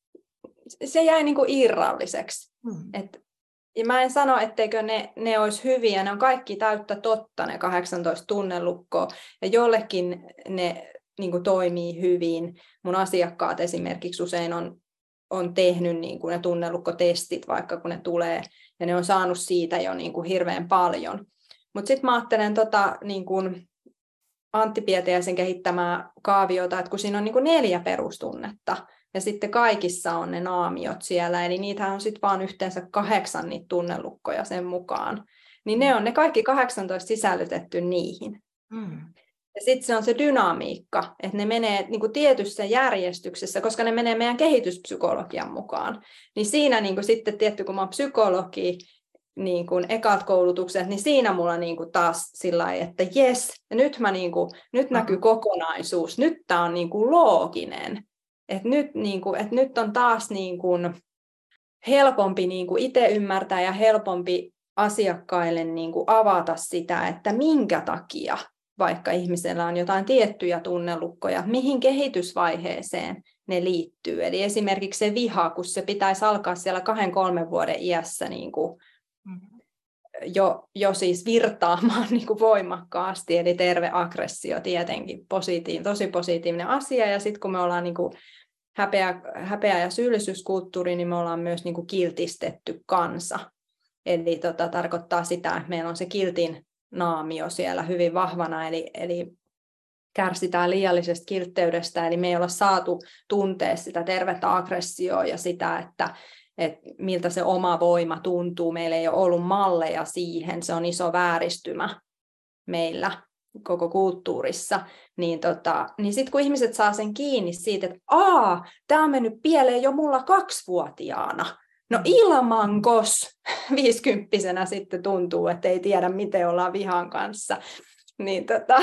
se jäi niinku irralliseksi. Hmm. Et, ja mä en sano, etteikö ne, ne olisi hyviä, ne on kaikki täyttä totta, ne kahdeksantoista tunnelukkoa, ja jollekin ne niinku toimii hyvin. Mun asiakkaat esimerkiksi usein on on tehnyt niin kuin ne tunnelukkotestit, vaikka kun ne tulee, ja ne on saanut siitä jo niin kuin hirveän paljon. Mutta sitten mä ajattelen tota, niin kuin Antti Pietiäisen kehittämää kaaviota, että kun siinä on niin kuin neljä perustunnetta, ja sitten kaikissa on ne naamiot siellä, eli niitä on sitten vaan yhteensä kahdeksan niitä tunnelukkoja sen mukaan, niin ne on ne kaikki kahdeksantoista sisällytetty niihin. Mm. Ja sitten se on se dynamiikka, että ne menee niin kuin tietyssä järjestyksessä, koska ne menee meidän kehityspsykologian mukaan. Niin siinä niin kuin sitten, tietty kun mä oon psykologi, niin kuin ekat koulutukset, niin siinä mulla niin kuin taas sillä lailla, että jes, ja nyt, mä niin kuin, nyt näkyy kokonaisuus, nyt tää on niin kuin looginen. Että nyt, niin kuin, että nyt on taas niin kuin helpompi niin kuin itse ymmärtää ja helpompi asiakkaille niin kuin avata sitä, että minkä takia vaikka ihmisellä on jotain tiettyjä tunnelukkoja, mihin kehitysvaiheeseen ne liittyy. Eli esimerkiksi se viha, kun se pitäisi alkaa siellä kahden, kolmen vuoden iässä niin kuin jo, jo siis virtaamaan niin kuin voimakkaasti, eli terve aggressio tietenkin positiivinen, tosi positiivinen asia, ja sitten kun me ollaan niin kuin häpeä, häpeä- ja syyllisyyskulttuuri, niin me ollaan myös niin kuin kiltistetty kansa. Eli tota, tarkoittaa sitä, että meillä on se kiltin naamio siellä hyvin vahvana, eli, eli kärsitään liiallisesta kiltteydestä, eli me ei olla saatu tuntea sitä tervettä aggressioa ja sitä, että, että miltä se oma voima tuntuu. Meillä ei ole ollut malleja siihen, se on iso vääristymä meillä koko kulttuurissa. Niin, tota, niin sitten kun ihmiset saa sen kiinni siitä, että aa, tämä on mennyt pieleen jo mulla kaksivuotiaana, no ilmankos viisikymppisenä sitten tuntuu, että ei tiedä, miten ollaan vihan kanssa. Niin, tota,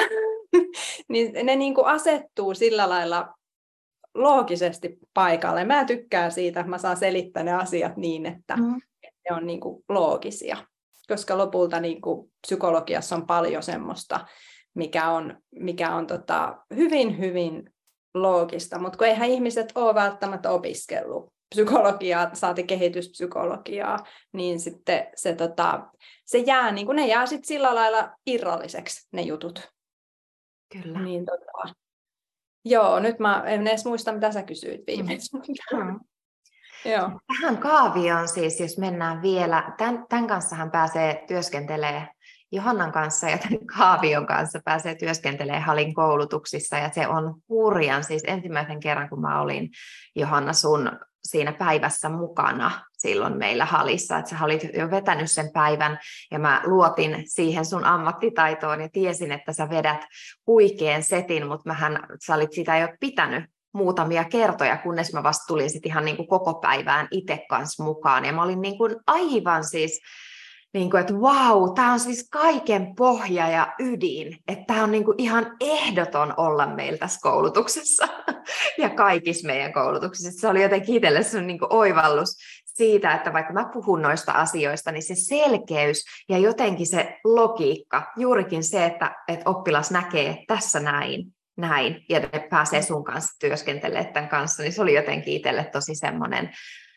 niin ne niin kuin asettuu sillä lailla loogisesti paikalle. Mä tykkään siitä, että mä saan selittää ne asiat niin, että mm. ne on niin kuin loogisia. Koska lopulta niin kuin psykologiassa on paljon semmoista, mikä on, mikä on tota, hyvin, hyvin loogista. Mutta kun eihän ihmiset ole välttämättä opiskellut psykologiaa, saati kehityspsykologiaa, niin sitten se, tota, se jää, niin kuin ne jää sit sillä lailla irralliseksi ne jutut. Kyllä. Niin, tota, joo, nyt mä en edes muista, mitä sä kysyit viimeksi. Mm. Joo. Tähän kaavioon siis, jos mennään vielä, tämän, tämän kanssa hän pääsee työskentelemään Johannan kanssa ja tämän kaavion kanssa pääsee työskentelemään Halin koulutuksissa, ja se on hurjan, siis ensimmäisen kerran, kun mä olin Johanna sun siinä päivässä mukana silloin meillä Halissa, että sä olit jo vetänyt sen päivän, ja mä luotin siihen sun ammattitaitoon ja tiesin, että sä vedät huikean setin, mutta mähän, sä olit sitä jo pitänyt muutamia kertoja, kunnes mä vasta tulin sit ihan niin kuin koko päivään itse kanssa mukaan, ja mä olin niin kuin aivan siis niin kuin, että vau, tämä on siis kaiken pohja ja ydin, että tämä on niin kuin ihan ehdoton olla meillä tässä koulutuksessa ja kaikissa meidän koulutuksissa. Se oli jotenkin itselle sun niin kuin oivallus siitä, että vaikka mä puhun noista asioista, niin se selkeys ja jotenkin se logiikka, juurikin se, että, että oppilas näkee tässä näin, näin, ja ne pääsee sun kanssa työskentelemään tämän kanssa, niin se oli jotenkin itselle tosi semmoinen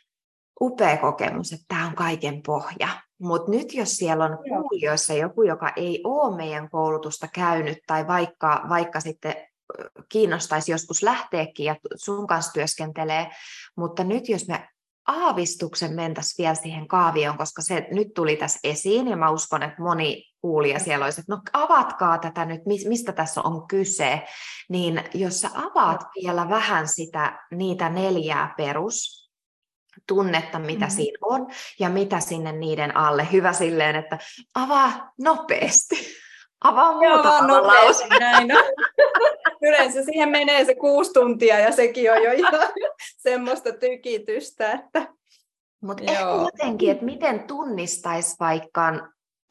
upea kokemus, että tämä on kaiken pohja. Mutta nyt jos siellä on kuulijoissa joku, joka ei ole meidän koulutusta käynyt, tai vaikka, vaikka sitten kiinnostaisi joskus lähteekin ja sun kanssa työskentelee, mutta nyt jos me aavistuksen mentäisiin vielä siihen kaavioon, koska se nyt tuli tässä esiin, ja mä uskon, että moni kuulija siellä olisi, että no avatkaa tätä nyt, mistä tässä on kyse, niin jos sä avaat vielä vähän sitä, niitä neljää perus, tunnetta, mitä mm-hmm. siinä on, ja mitä sinne niiden alle. Hyvä silleen, että avaa nopeasti. Avaa muutama lause. Näin on. Yleensä siihen menee se kuusi tuntia, ja sekin on jo ihan semmoista tykitystä. Että... Mutta ehkä jotenkin, että miten tunnistaisi vaikka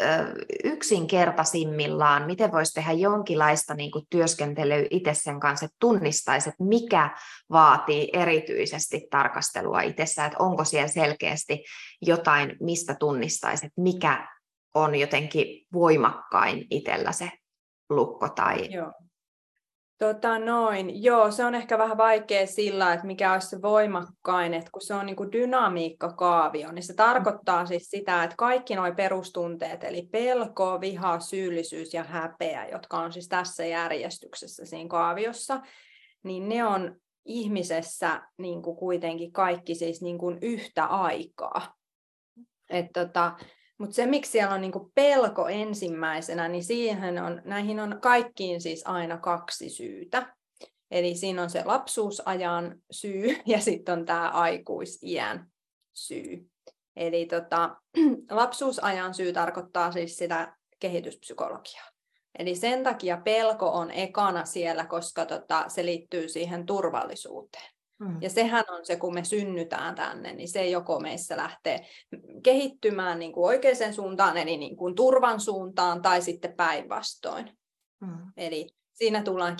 yksinkertaisimmillaan, miten voisi tehdä jonkinlaista niin kuin työskentelyä itse sen kanssa, että tunnistaisi, että mikä vaatii erityisesti tarkastelua itsessään, että onko siellä selkeästi jotain, mistä tunnistaisi, että mikä on jotenkin voimakkain itsellä se lukko tai... Joo. Tota noin, joo, se on ehkä vähän vaikea sillä, että mikä olisi se voimakkain, että kun se on niin kuin dynamiikkakaavio, niin se tarkoittaa siis sitä, että kaikki nuo perustunteet, eli pelko, viha, syyllisyys ja häpeä, jotka on siis tässä järjestyksessä siinä kaaviossa, niin ne on ihmisessä niin kuin kuitenkin kaikki siis niin kuin yhtä aikaa. Että tota, mutta se, miksi siellä on niinku pelko ensimmäisenä, niin siihen on, näihin on kaikkiin siis aina kaksi syytä. Eli siinä on se lapsuusajan syy ja sitten on tämä aikuisiän syy. Eli tota, lapsuusajan syy tarkoittaa siis sitä kehityspsykologiaa. Eli sen takia pelko on ekana siellä, koska tota, se liittyy siihen turvallisuuteen. Ja sehän on se, kun me synnytään tänne, niin se joko meissä lähtee kehittymään niin kuin oikeaan suuntaan, eli niin kuin turvan suuntaan, tai sitten päinvastoin. Mm. Eli siinä tullaan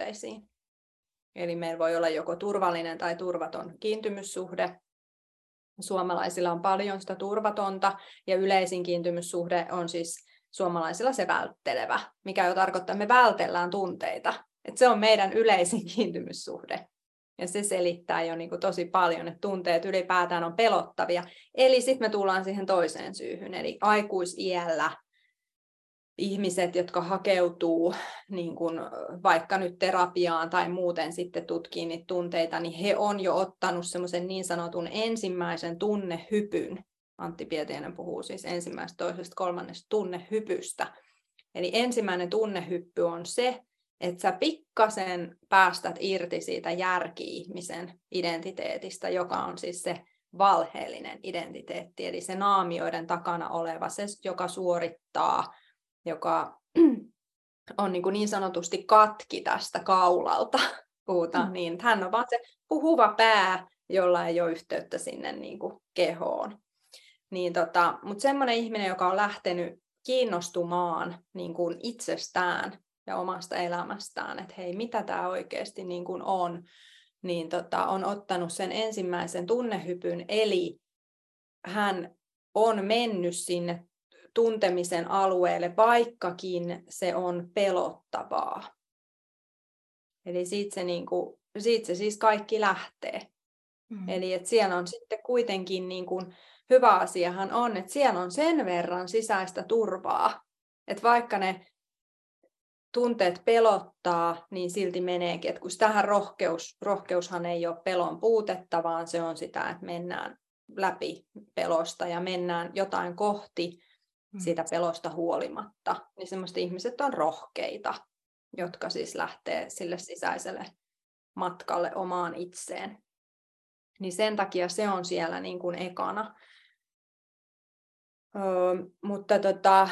kiintymyssuhteisiin. Eli meillä voi olla joko turvallinen tai turvaton kiintymyssuhde. Suomalaisilla on paljon sitä turvatonta, ja yleisin kiintymyssuhde on siis suomalaisilla se välttelevä, mikä jo tarkoittaa, että me vältellään tunteita. Että se on meidän yleisin kiintymyssuhde. Ja se selittää jo niin kuin tosi paljon, että tunteet ylipäätään on pelottavia. Eli sitten me tullaan siihen toiseen syyhyn, eli aikuisiällä ihmiset, jotka hakeutuu niin kuin vaikka nyt terapiaan tai muuten sitten tutkii niitä tunteita, niin he on jo ottanut semmoisen niin sanotun ensimmäisen tunnehypyn. Antti Pietiäinen puhuu siis ensimmäisestä, toisesta, kolmannesta tunnehypystä. Eli ensimmäinen tunnehyppy on se, että sä pikkasen päästät irti siitä järki-ihmisen identiteetistä, joka on siis se valheellinen identiteetti, eli se naamioiden takana oleva, se joka suorittaa, joka on niin, kuin niin sanotusti katki tästä kaulalta, puhutaan mm. niin. Hän on vaan se puhuva pää, jolla ei ole yhteyttä sinne niin kuin kehoon. Niin tota, mutta semmoinen ihminen, joka on lähtenyt kiinnostumaan niin kuin itsestään ja omasta elämästään, että hei, mitä tämä oikeasti niin kuin on, niin tota, on ottanut sen ensimmäisen tunnehypyn, eli hän on mennyt sinne tuntemisen alueelle, vaikkakin se on pelottavaa. Eli siitä se, niin kuin, siitä se siis kaikki lähtee. Mm. Eli että siellä on sitten kuitenkin niin kuin, hyvä asiahan on, että siellä on sen verran sisäistä turvaa, että vaikka ne tunteet pelottaa, niin silti meneekin. Että kun tähän rohkeus, rohkeushan ei ole pelon puutetta, vaan se on sitä, että mennään läpi pelosta ja mennään jotain kohti siitä pelosta huolimatta. Niin semmoiset ihmiset on rohkeita, jotka siis lähtee sille sisäiselle matkalle omaan itseen. Niin sen takia se on siellä niin kuin ekana. Öö, mutta tota,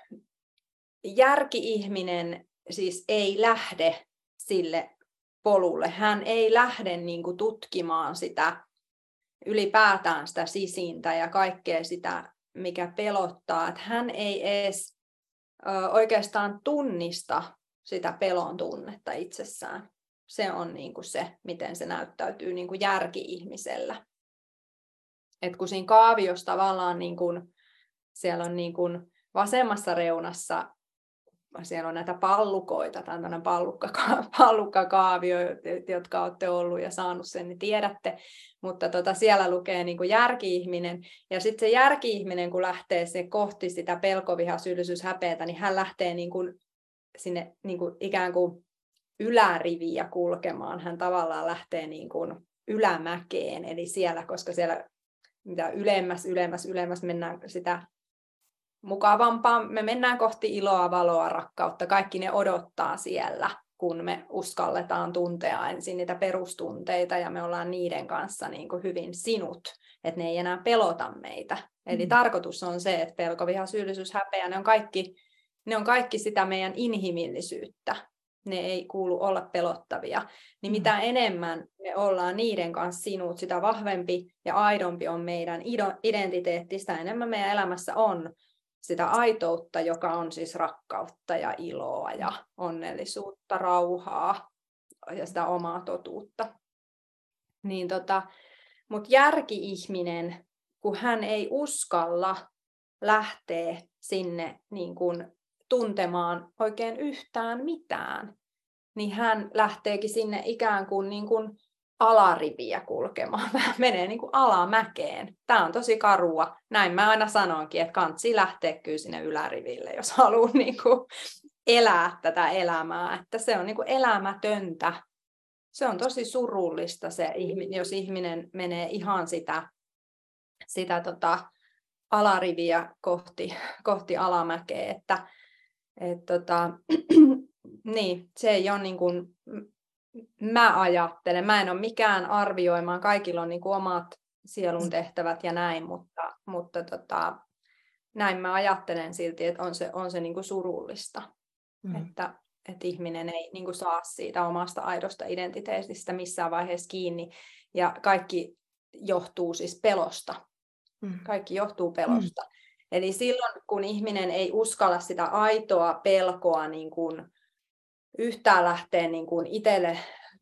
järki-ihminen siis ei lähde sille polulle. Hän ei lähde niin kuin tutkimaan sitä ylipäätään sitä sisintä ja kaikkea sitä, mikä pelottaa. Että hän ei edes ö, oikeastaan tunnista sitä pelon tunnetta itsessään. Se on niin kuin se, miten se näyttäytyy niin kuin järki-ihmisellä. Et kun siinä kaaviossa tavallaan niin kuin, siellä on niin kuin vasemmassa reunassa siellä on näitä pallukoita, tämä on tämmöinen pallukka, pallukkakaavio, jotka olette ollut ja saanut sen, niin tiedätte, mutta tota, siellä lukee niin kuin järki-ihminen, ja sitten se järki-ihminen, kun lähtee se kohti sitä pelkoviha, syyllisyys, häpeätä, niin hän lähtee niin kuin sinne niin kuin ikään kuin yläriviä kulkemaan, hän tavallaan lähtee niin kuin ylämäkeen, eli siellä, koska siellä mitä ylemmäs, ylemmäs, ylemmäs mennään sitä mukavampaa. Me mennään kohti iloa, valoa, rakkautta. Kaikki ne odottaa siellä, kun me uskalletaan tuntea ensin niitä perustunteita ja me ollaan niiden kanssa niin kuin hyvin sinut, että ne ei enää pelota meitä. Eli mm. tarkoitus on se, että pelko, viha, syyllisyys, häpeä, ne on kaikki, ne on kaikki sitä meidän inhimillisyyttä. Ne ei kuulu olla pelottavia. Niin mm. mitä enemmän me ollaan niiden kanssa sinut, sitä vahvempi ja aidompi on meidän identiteetti, sitä enemmän meidän elämässä on sitä aitoutta, joka on siis rakkautta ja iloa ja onnellisuutta, rauhaa ja sitä omaa totuutta. Niin tota, mutta järki-ihminen, kun hän ei uskalla lähteä sinne niin kun tuntemaan oikein yhtään mitään, niin hän lähteekin sinne ikään kuin, niin kuin alariviä kulkemaan, menee niin kuin alamäkeen. Tämä on tosi karua. Näin mä aina sanonkin, että kansi lähteä kyllä sinne yläriville, jos haluaa niin kuin elää tätä elämää. Että se on niin kuin elämätöntä. Se on tosi surullista, se, jos ihminen menee ihan sitä, sitä tota alariviä kohti, kohti alamäkeä. Että, et tota, niin, se ei ole niin kuin mä ajattelen, mä en ole mikään arvioimaan, kaikilla on niin kuin omat sielun tehtävät ja näin, mutta, mutta tota, näin mä ajattelen silti, että on se, on se niin kuin surullista, mm. että, että ihminen ei niin kuin saa siitä omasta aidosta identiteetistä missään vaiheessa kiinni, ja kaikki johtuu siis pelosta, mm. kaikki johtuu pelosta. Mm. Eli silloin, kun ihminen ei uskalla sitä aitoa pelkoa niin kuin yhtään lähtee niin kuin itselle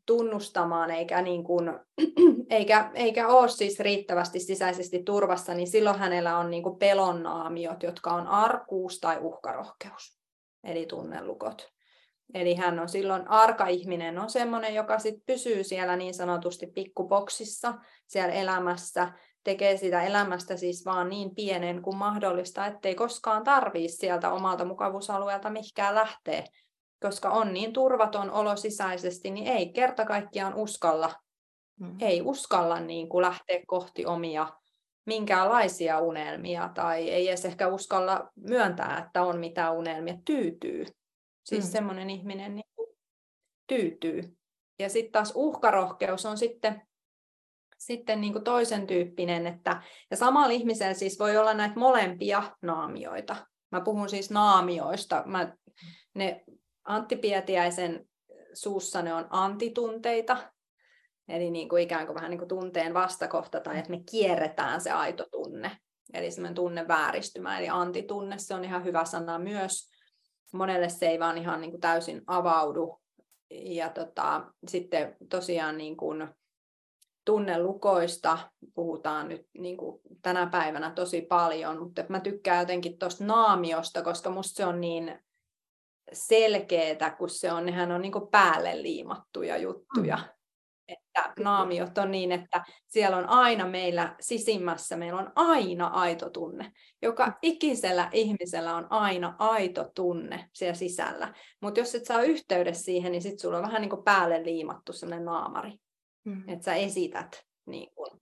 tunnustamaan eikä, niin kuin, eikä, eikä ole siis riittävästi sisäisesti turvassa, niin silloin hänellä on niin kuin pelonnaamiot, jotka on arkuus tai uhkarohkeus, eli tunnelukot. Eli hän on silloin, arka-ihminen on semmoinen, joka sit pysyy siellä niin sanotusti pikkuboksissa siellä elämässä, tekee sitä elämästä siis vaan niin pienen kuin mahdollista, ettei koskaan tarvitse sieltä omalta mukavuusalueelta mihinkään lähteä, koska on niin turvaton olo sisäisesti, niin ei kerta kaikkiaan uskalla, mm. ei uskalla niin kuin lähteä kohti omia minkäänlaisia unelmia, tai ei edes ehkä uskalla myöntää, että on mitään unelmia, tyytyy. Siis mm. semmoinen ihminen niin kuin tyytyy. Ja sitten taas uhkarohkeus on sitten, sitten niin kuin toisen tyyppinen, että ja samalla ihmisellä siis voi olla näitä molempia naamioita. Mä puhun siis naamioista. Mä, ne Antti Pietiäisen suussa ne on antitunteita, eli niin kuin ikään kuin vähän niin kuin tunteen vastakohta, tai että me kierretään se aito tunne, eli semmoinen tunnevääristymä, eli antitunne, se on ihan hyvä sana myös. Monelle se ei vaan ihan niin kuin täysin avaudu, ja tota, sitten tosiaan niin kuin tunnelukoista puhutaan nyt niin kuin tänä päivänä tosi paljon, mutta mä tykkään jotenkin tuosta naamiosta, koska musta se on niin selkeetä, kun se on, nehän on niin kuin päälle liimattuja juttuja. Mm. Että naamiot on niin, että siellä on aina meillä sisimmässä, meillä on aina aito tunne. Joka ikisellä ihmisellä on aina aito tunne siellä sisällä. Mutta jos et saa yhteydessä siihen, niin sitten sulla on vähän niin kuin päälle liimattu sellainen naamari. Mm. Että sä esität niin kuin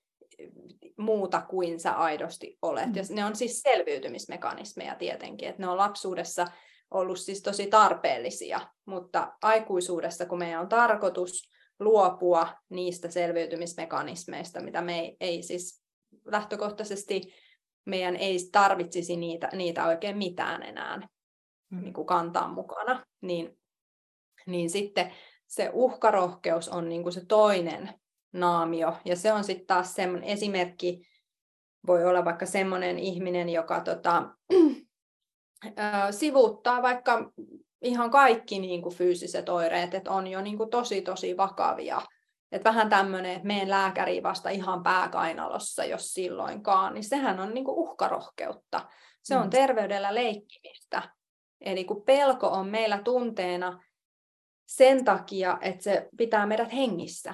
muuta kuin sä aidosti olet. Mm. Ja ne on siis selviytymismekanismeja tietenkin, että ne on lapsuudessa ollut siis tosi tarpeellisia, mutta aikuisuudessa, kun meidän on tarkoitus luopua niistä selviytymismekanismeista, mitä me ei, ei siis lähtökohtaisesti meidän ei tarvitsisi niitä, niitä oikein mitään enää mm. niin kuin kantaa mukana, niin, niin sitten se uhkarohkeus on niin kuin se toinen naamio, ja se on sitten taas semmoinen esimerkki, voi olla vaikka semmoinen ihminen, joka tota, sivuuttaa vaikka ihan kaikki niin kuin fyysiset oireet, että on jo niin kuin tosi tosi vakavia. Et vähän tämmöinen, että menen lääkäriin vasta ihan pääkainalossa, jos silloinkaan, niin sehän on niin kuin uhkarohkeutta. Se on terveydellä leikkimistä. Eli kun pelko on meillä tunteena sen takia, että se pitää meidät hengissä.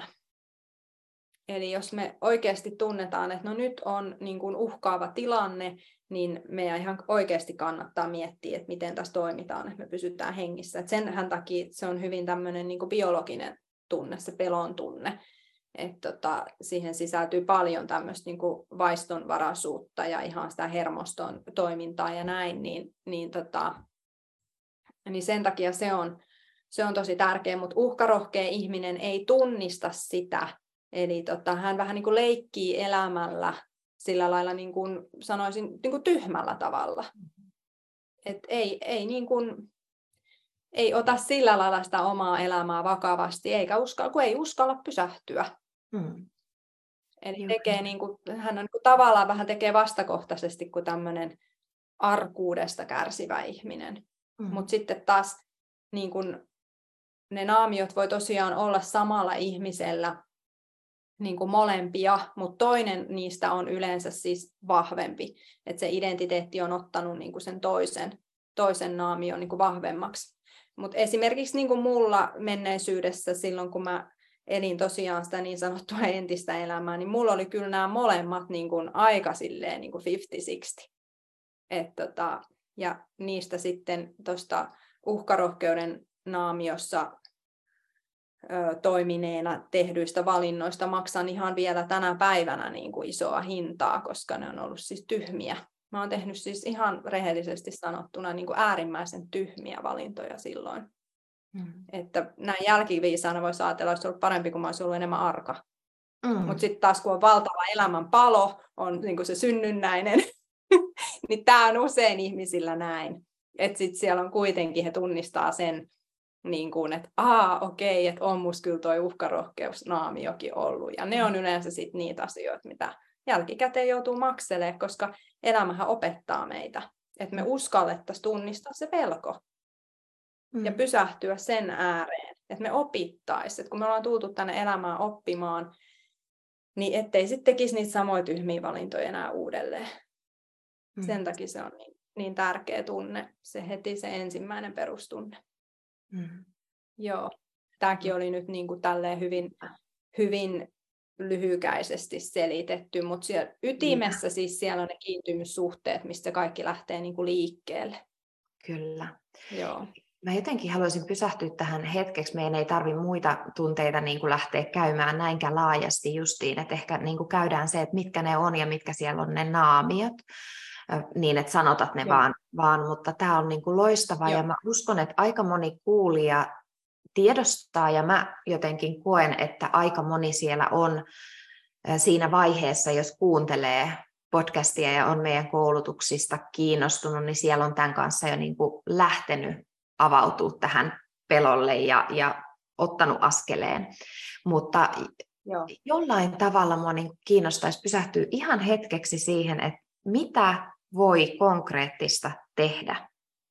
Eli jos me oikeasti tunnetaan, että no nyt on niin kuin uhkaava tilanne, niin meidän ihan oikeasti kannattaa miettiä, että miten tässä toimitaan, että me pysytään hengissä. Et senhän takia se on hyvin tämmöinen niin kuin biologinen tunne, se pelon tunne. Että tota, siihen sisältyy paljon tämmöistä niin kuin vaistonvaraisuutta ja ihan sitä hermoston toimintaa ja näin, niin, niin, tota, niin sen takia se on, se on tosi tärkeä, mutta uhkarohkea ihminen ei tunnista sitä. Eli tota, hän vähän niin kuin leikkii elämällä sillä lailla, niin kuin sanoisin, niin kuin tyhmällä tavalla. Et ei, ei, niin kuin, ei ota sillä lailla sitä omaa elämää vakavasti, eikä uskalla, kun ei uskalla pysähtyä. Hmm. Eli tekee, niin kuin, hän on niin kuin, tavallaan vähän tekee vastakohtaisesti kuin tämmöinen arkuudesta kärsivä ihminen. Hmm. Mutta sitten taas niin kuin, ne naamiot voi tosiaan olla samalla ihmisellä, niin kuin molempia, mutta toinen niistä on yleensä siis vahvempi, että se identiteetti on ottanut niin kuin sen toisen, toisen naamion niin kuin vahvemmaksi. Mutta esimerkiksi niin kuin mulla menneisyydessä silloin, kun mä elin tosiaan sitä niin sanottua entistä elämää, niin mulla oli kyllä nämä molemmat niin kuin aika silleen niin kuin viisikymmentä kuusikymmentä. Et tota, ja niistä sitten tuosta uhkarohkeuden naamiossa toimineena tehdyistä valinnoista maksan ihan vielä tänä päivänä niin kuin isoa hintaa, koska ne on ollut siis tyhmiä. Mä oon tehnyt siis ihan rehellisesti sanottuna niin kuin äärimmäisen tyhmiä valintoja silloin. Mm. Että näin jälkiviisaana voisi ajatella, että olisi ollut parempi, kun mä olisin ollut enemmän arka. Mm. Mutta sitten taas kun on valtava elämän palo, on niin kuin se synnynnäinen, niin tämä on usein ihmisillä näin. Että sitten siellä on kuitenkin, he tunnistaa sen, niin kuin, että aa, okei, että on musta kyllä toi uhkarohkeusnaamiokin ollut. Ja ne on yleensä sit niitä asioita, mitä jälkikäteen joutuu makselemaan, koska elämähän opettaa meitä. Että me uskallettaisiin tunnistaa se pelko. mm. ja pysähtyä sen ääreen, että me opittaisiin, että kun me ollaan tultu tänne elämään oppimaan, niin ettei sitten tekisi niitä samoja tyhmiä valintoja enää uudelleen. Mm. Sen takia se on niin, niin tärkeä tunne, se heti se ensimmäinen perustunne. Mm. Joo, tämäkin mm. oli nyt niin kuin tälleen hyvin, hyvin lyhykäisesti selitetty, mutta siellä ytimessä mm. siis siellä on ne kiintymyssuhteet, mistä kaikki lähtee niin kuin liikkeelle. Kyllä. Joo. Mä jotenkin haluaisin pysähtyä tähän hetkeksi. Meidän ei tarvitse muita tunteita niin kuin lähteä käymään näinkään laajasti justiin, että ehkä niin kuin käydään se, että mitkä ne on ja mitkä siellä on ne naamiot, niin että sanotat ne vaan, vaan, mutta tämä on niin kuin loistavaa ja mä uskon, että aika moni kuulija tiedostaa ja mä jotenkin koen, että aika moni siellä on siinä vaiheessa, jos kuuntelee podcastia ja on meidän koulutuksista kiinnostunut, niin siellä on tämän kanssa jo niin kuin lähtenyt avautua tähän pelolle ja, ja ottanut askeleen. Mutta Joo. jollain tavalla minua niin kiinnostaisi pysähtyä ihan hetkeksi siihen, että mitä voi konkreettista tehdä,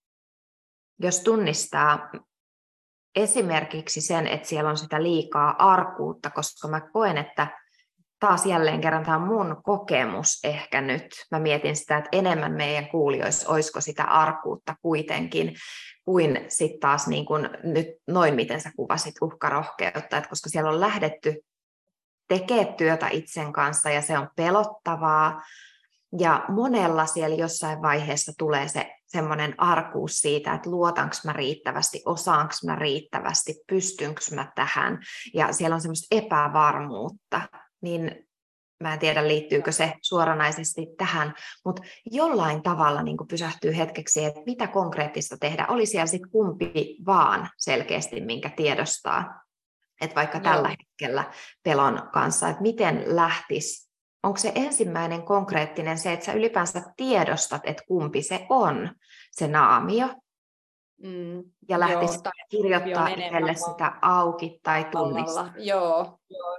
jos tunnistaa esimerkiksi sen, että siellä on sitä liikaa arkuutta, koska mä koen, että taas jälleen kerran tämä on mun kokemus ehkä nyt. Mä mietin sitä, että enemmän meidän kuulijoissa olisiko sitä arkuutta kuitenkin, kuin sitten taas niin kuin nyt noin, miten sä kuvasit uhkarohkeutta, että koska siellä on lähdetty tekemään työtä itsen kanssa ja se on pelottavaa, ja monella siellä jossain vaiheessa tulee se semmoinen arkuus siitä, että luotanko mä riittävästi, osaanko mä riittävästi, pystynkö mä tähän, ja siellä on semmoista epävarmuutta, niin mä en tiedä liittyykö se suoranaisesti tähän, mutta jollain tavalla niin kuin pysähtyy hetkeksi, että mitä konkreettista tehdä, oli siellä sitten kumpi vaan selkeästi, minkä tiedostaa, että vaikka Joo. tällä hetkellä pelon kanssa, että miten lähtisi. Onko se ensimmäinen konkreettinen se, että sä ylipäänsä tiedostat, että kumpi se on, se naamio, mm, ja lähtisi kirjoittaa itselle sitä auki tai tunnistaa? Joo, joo.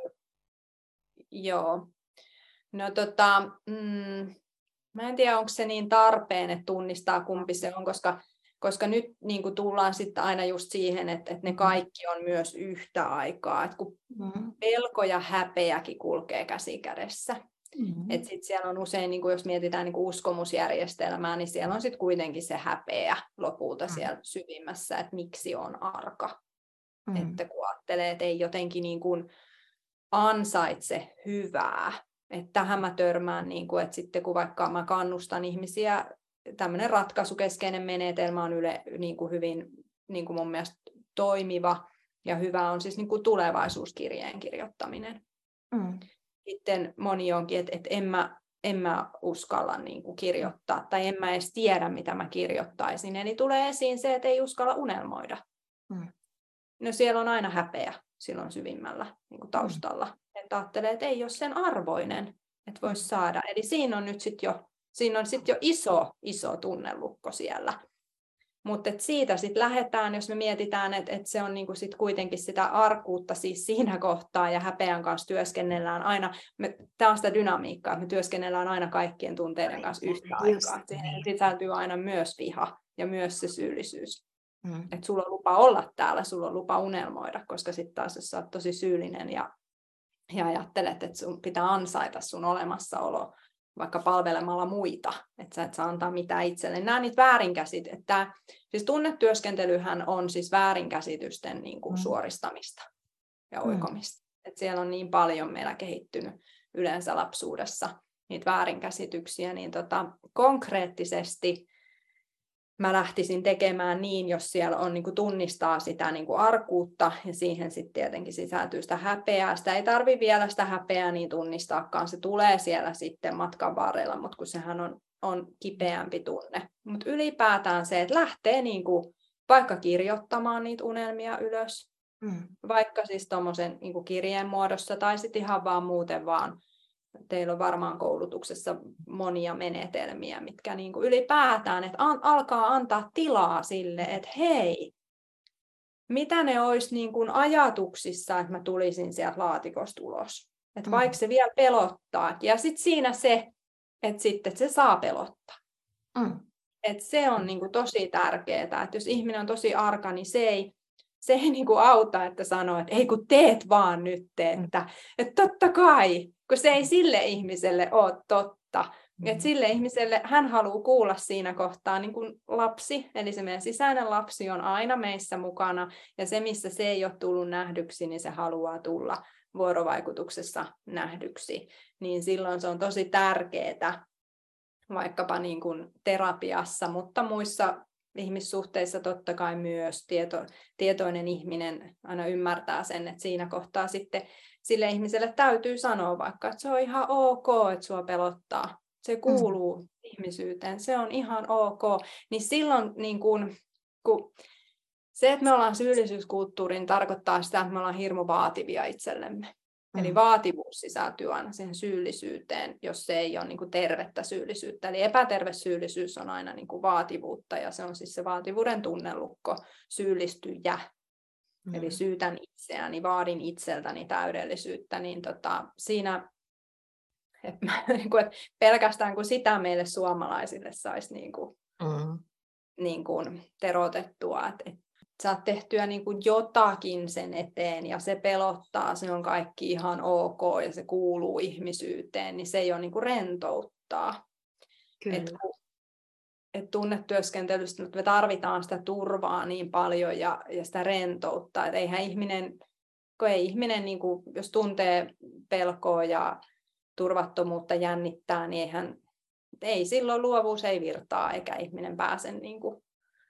joo. No tota, mm, mä en tiedä, onko se niin tarpeen, että tunnistaa kumpi se on, koska, koska nyt niin kuin tullaan sitten aina just siihen, että, että ne kaikki on myös yhtä aikaa, että kun mm. pelko ja häpeäkin kulkee käsi kädessä. Mm-hmm. Että sitten siellä on usein, niin jos mietitään niin uskomusjärjestelmää, niin siellä on sitten kuitenkin se häpeä lopulta mm-hmm. siellä syvimmässä, että miksi on arka. Mm-hmm. Että kun ajattelee, että ei jotenkin niin kuin ansaitse hyvää. Että tähän mä törmään, niin kuin, että sitten kun vaikka mä kannustan ihmisiä, tämmöinen ratkaisukeskeinen menetelmä on yle, niin kuin hyvin niin kuin mun mielestä toimiva ja hyvä on siis niin kuin tulevaisuuskirjeen kirjoittaminen. Mm. Sitten moni onkin, että, että en, mä, en mä uskalla niin kuin kirjoittaa tai en mä edes tiedä, mitä mä kirjoittaisin. Eli tulee esiin se, että ei uskalla unelmoida. Mm. No siellä on aina häpeä silloin syvimmällä niin kuin taustalla. Mm. Että ajattelee, että ei ole sen arvoinen, että voisi saada. Eli siinä on nyt sitten jo, siinä on sit jo iso, iso tunnelukko siellä. Mutta siitä sitten lähdetään, jos me mietitään, että et se on niinku sit kuitenkin sitä arkuutta siis siinä kohtaa ja häpeän kanssa työskennellään aina. Tämä on sitä dynamiikkaa, että me työskennellään aina kaikkien tunteiden kanssa yhtä aikaa. Siihen sisältyy aina myös viha ja myös se syyllisyys. Mm. Että sulla on lupa olla täällä, sulla on lupa unelmoida, koska sitten taas jos sä oot tosi syyllinen ja, ja ajattelet, että sun pitää ansaita sun olemassaolo, vaikka palvelemalla muita, että sä et saa antaa mitään itselle. Nämä niitä väärinkäsit, että siis tunnetyöskentelyhän on siis väärinkäsitysten niin kuin suoristamista ja oikomista. Mm. Että siellä on niin paljon meillä kehittynyt yleensä lapsuudessa niitä väärinkäsityksiä, niin tota, konkreettisesti mä lähtisin tekemään niin, jos siellä on niin kuin tunnistaa sitä niin kuin arkuutta ja siihen sitten tietenkin sisältyy sitä häpeää. Sitä ei tarvitse vielä sitä häpeää niin tunnistaakaan, se tulee siellä sitten matkan varrella, mutta kun sehän on, on kipeämpi tunne. Mutta ylipäätään se, että lähtee niin kuin vaikka kirjoittamaan niitä unelmia ylös, mm. vaikka siis tuommoisen niin kuin kirjeen muodossa tai sitten ihan vaan muuten vaan. Teillä on varmaan koulutuksessa monia menetelmiä, mitkä niin kuin ylipäätään, että an, alkaa antaa tilaa sille, että hei, mitä ne olisi niin kuin ajatuksissa, että mä tulisin sieltä laatikosta ulos. Että mm. vaikka se vielä pelottaa. Ja sitten siinä se, että sitten että se saa pelottaa. Mm. Et se on niin kuin tosi tärkeää, että jos ihminen on tosi arka, niin se ei, se ei niin kuin auta, että sanoo, että ei kun teet vaan nyt, että, että totta kai, kun se ei sille ihmiselle ole totta. Mm. Että sille ihmiselle hän haluaa kuulla siinä kohtaa niin kuin lapsi, eli se meidän sisäinen lapsi on aina meissä mukana, ja se, missä se ei ole tullut nähdyksi, niin se haluaa tulla vuorovaikutuksessa nähdyksi. Niin silloin se on tosi tärkeää, vaikkapa niin kuin terapiassa, mutta muissa ihmissuhteissa totta kai myös tieto, tietoinen ihminen aina ymmärtää sen, että siinä kohtaa sitten sille ihmiselle täytyy sanoa vaikka, että se on ihan ok, että sua pelottaa. Se kuuluu mm. ihmisyyteen, se on ihan ok. Niin silloin niin kun, kun se, että me ollaan syyllisyyskulttuuriin, tarkoittaa sitä, että me ollaan hirmu vaativia itsellemme. Mm. Eli vaativuus sisältyy aina siihen syyllisyyteen, jos se ei ole niin kuin tervettä syyllisyyttä. Eli epäterve syyllisyys on aina niin kuin vaativuutta, ja se on siis se vaativuuden tunnelukko, syyllistyjä. Mm. Eli syytän itseäni, vaadin itseltäni täydellisyyttä. Niin tota, siinä, että, niin kuin, että pelkästään kun sitä meille suomalaisille saisi niin kuin, mm. niin kuin terotettua, että saat tehtyä niin kuin jotakin sen eteen ja se pelottaa, se on kaikki ihan ok ja se kuuluu ihmisyyteen, niin se ei ole niin kuin rentouttaa. Et, et tunnetyöskentelystä me tarvitaan sitä turvaa niin paljon ja, ja sitä rentoutta, että eihän ihminen, kun ei ihminen, niin kuin, jos tuntee pelkoa ja turvattomuutta jännittää, niin eihän, ei silloin luovuus ei virtaa eikä ihminen pääse niin kuin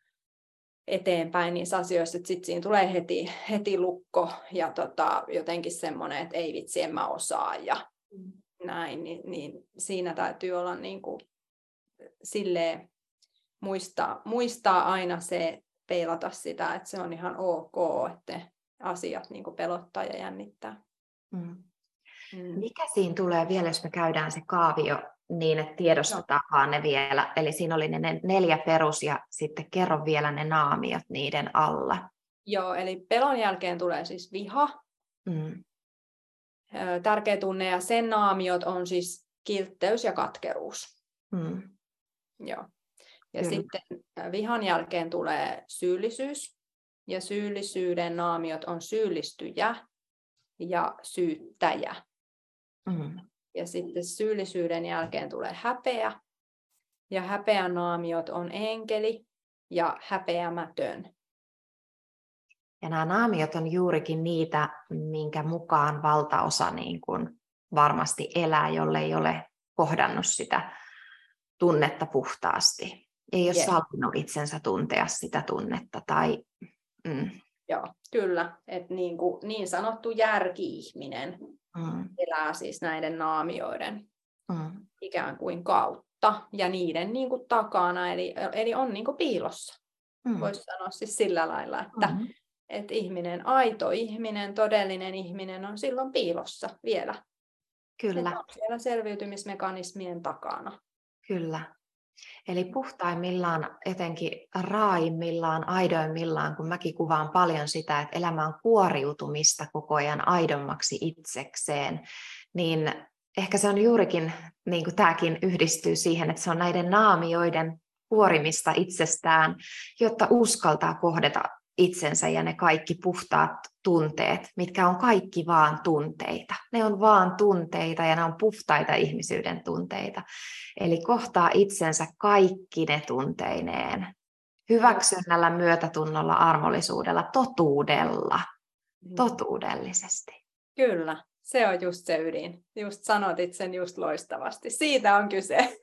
eteenpäin niissä asioissa, että sitten siinä tulee heti, heti lukko ja tota, jotenkin semmoinen, että ei vitsi, en mä osaa ja mm. näin, niin, niin siinä täytyy olla niin kuin silleen muistaa, muistaa aina se, peilata sitä, että se on ihan ok, että asiat niin kuin pelottaa ja jännittää. Mm. Mm. Mikä siinä tulee vielä, jos me käydään se kaavio niin, että tiedostetaan no. ne vielä. Eli siinä oli ne neljä perus ja sitten kerro vielä ne naamiot niiden alla. Joo, eli pelon jälkeen tulee siis viha. Mm. Tärkeä tunne ja sen naamiot on siis kiltteys ja katkeruus. Mm. Joo. Ja Kyllä. sitten vihan jälkeen tulee syyllisyys. Ja syyllisyyden naamiot on syyllistyjä ja syyttäjä. Mm. Ja sitten syyllisyyden jälkeen tulee häpeä. Ja häpeän naamiot on enkeli ja häpeämätön. Ja nämä naamiot on juurikin niitä, minkä mukaan valtaosa niin kuin varmasti elää, jolle ei ole kohdannut sitä tunnetta puhtaasti. Ei ole yeah. sallinut itsensä tuntea sitä tunnetta. Tai, mm. Joo, kyllä. Et niin, kuin, niin sanottu järki-ihminen mm. elää siis näiden naamioiden mm. ikään kuin kautta ja niiden niin kuin takana. Eli, eli on niin kuin piilossa. Mm. Voisi sanoa siis sillä lailla, että mm. et ihminen, aito ihminen, todellinen ihminen on silloin piilossa vielä. Kyllä. Se on siellä selviytymismekanismien takana. Kyllä. Eli puhtaimmillaan, jotenkin raaimmillaan, aidoimmillaan, kun mäkin kuvaan paljon sitä, että elämä on kuoriutumista koko ajan aidommaksi itsekseen, niin ehkä se on juurikin, niin kuin tämäkin yhdistyy siihen, että se on näiden naamioiden kuorimista itsestään, jotta uskaltaa kohdata itsensä ja ne kaikki puhtaat tunteet, mitkä on kaikki vaan tunteita. Ne on vaan tunteita ja ne on puhtaita ihmisyyden tunteita. Eli kohtaa itsensä kaikki ne tunteineen. Hyväksynnällä, myötätunnolla, armollisuudella, totuudella. Totuudellisesti. Kyllä, se on just se ydin. Just sanotit sen just loistavasti. Siitä on kyse.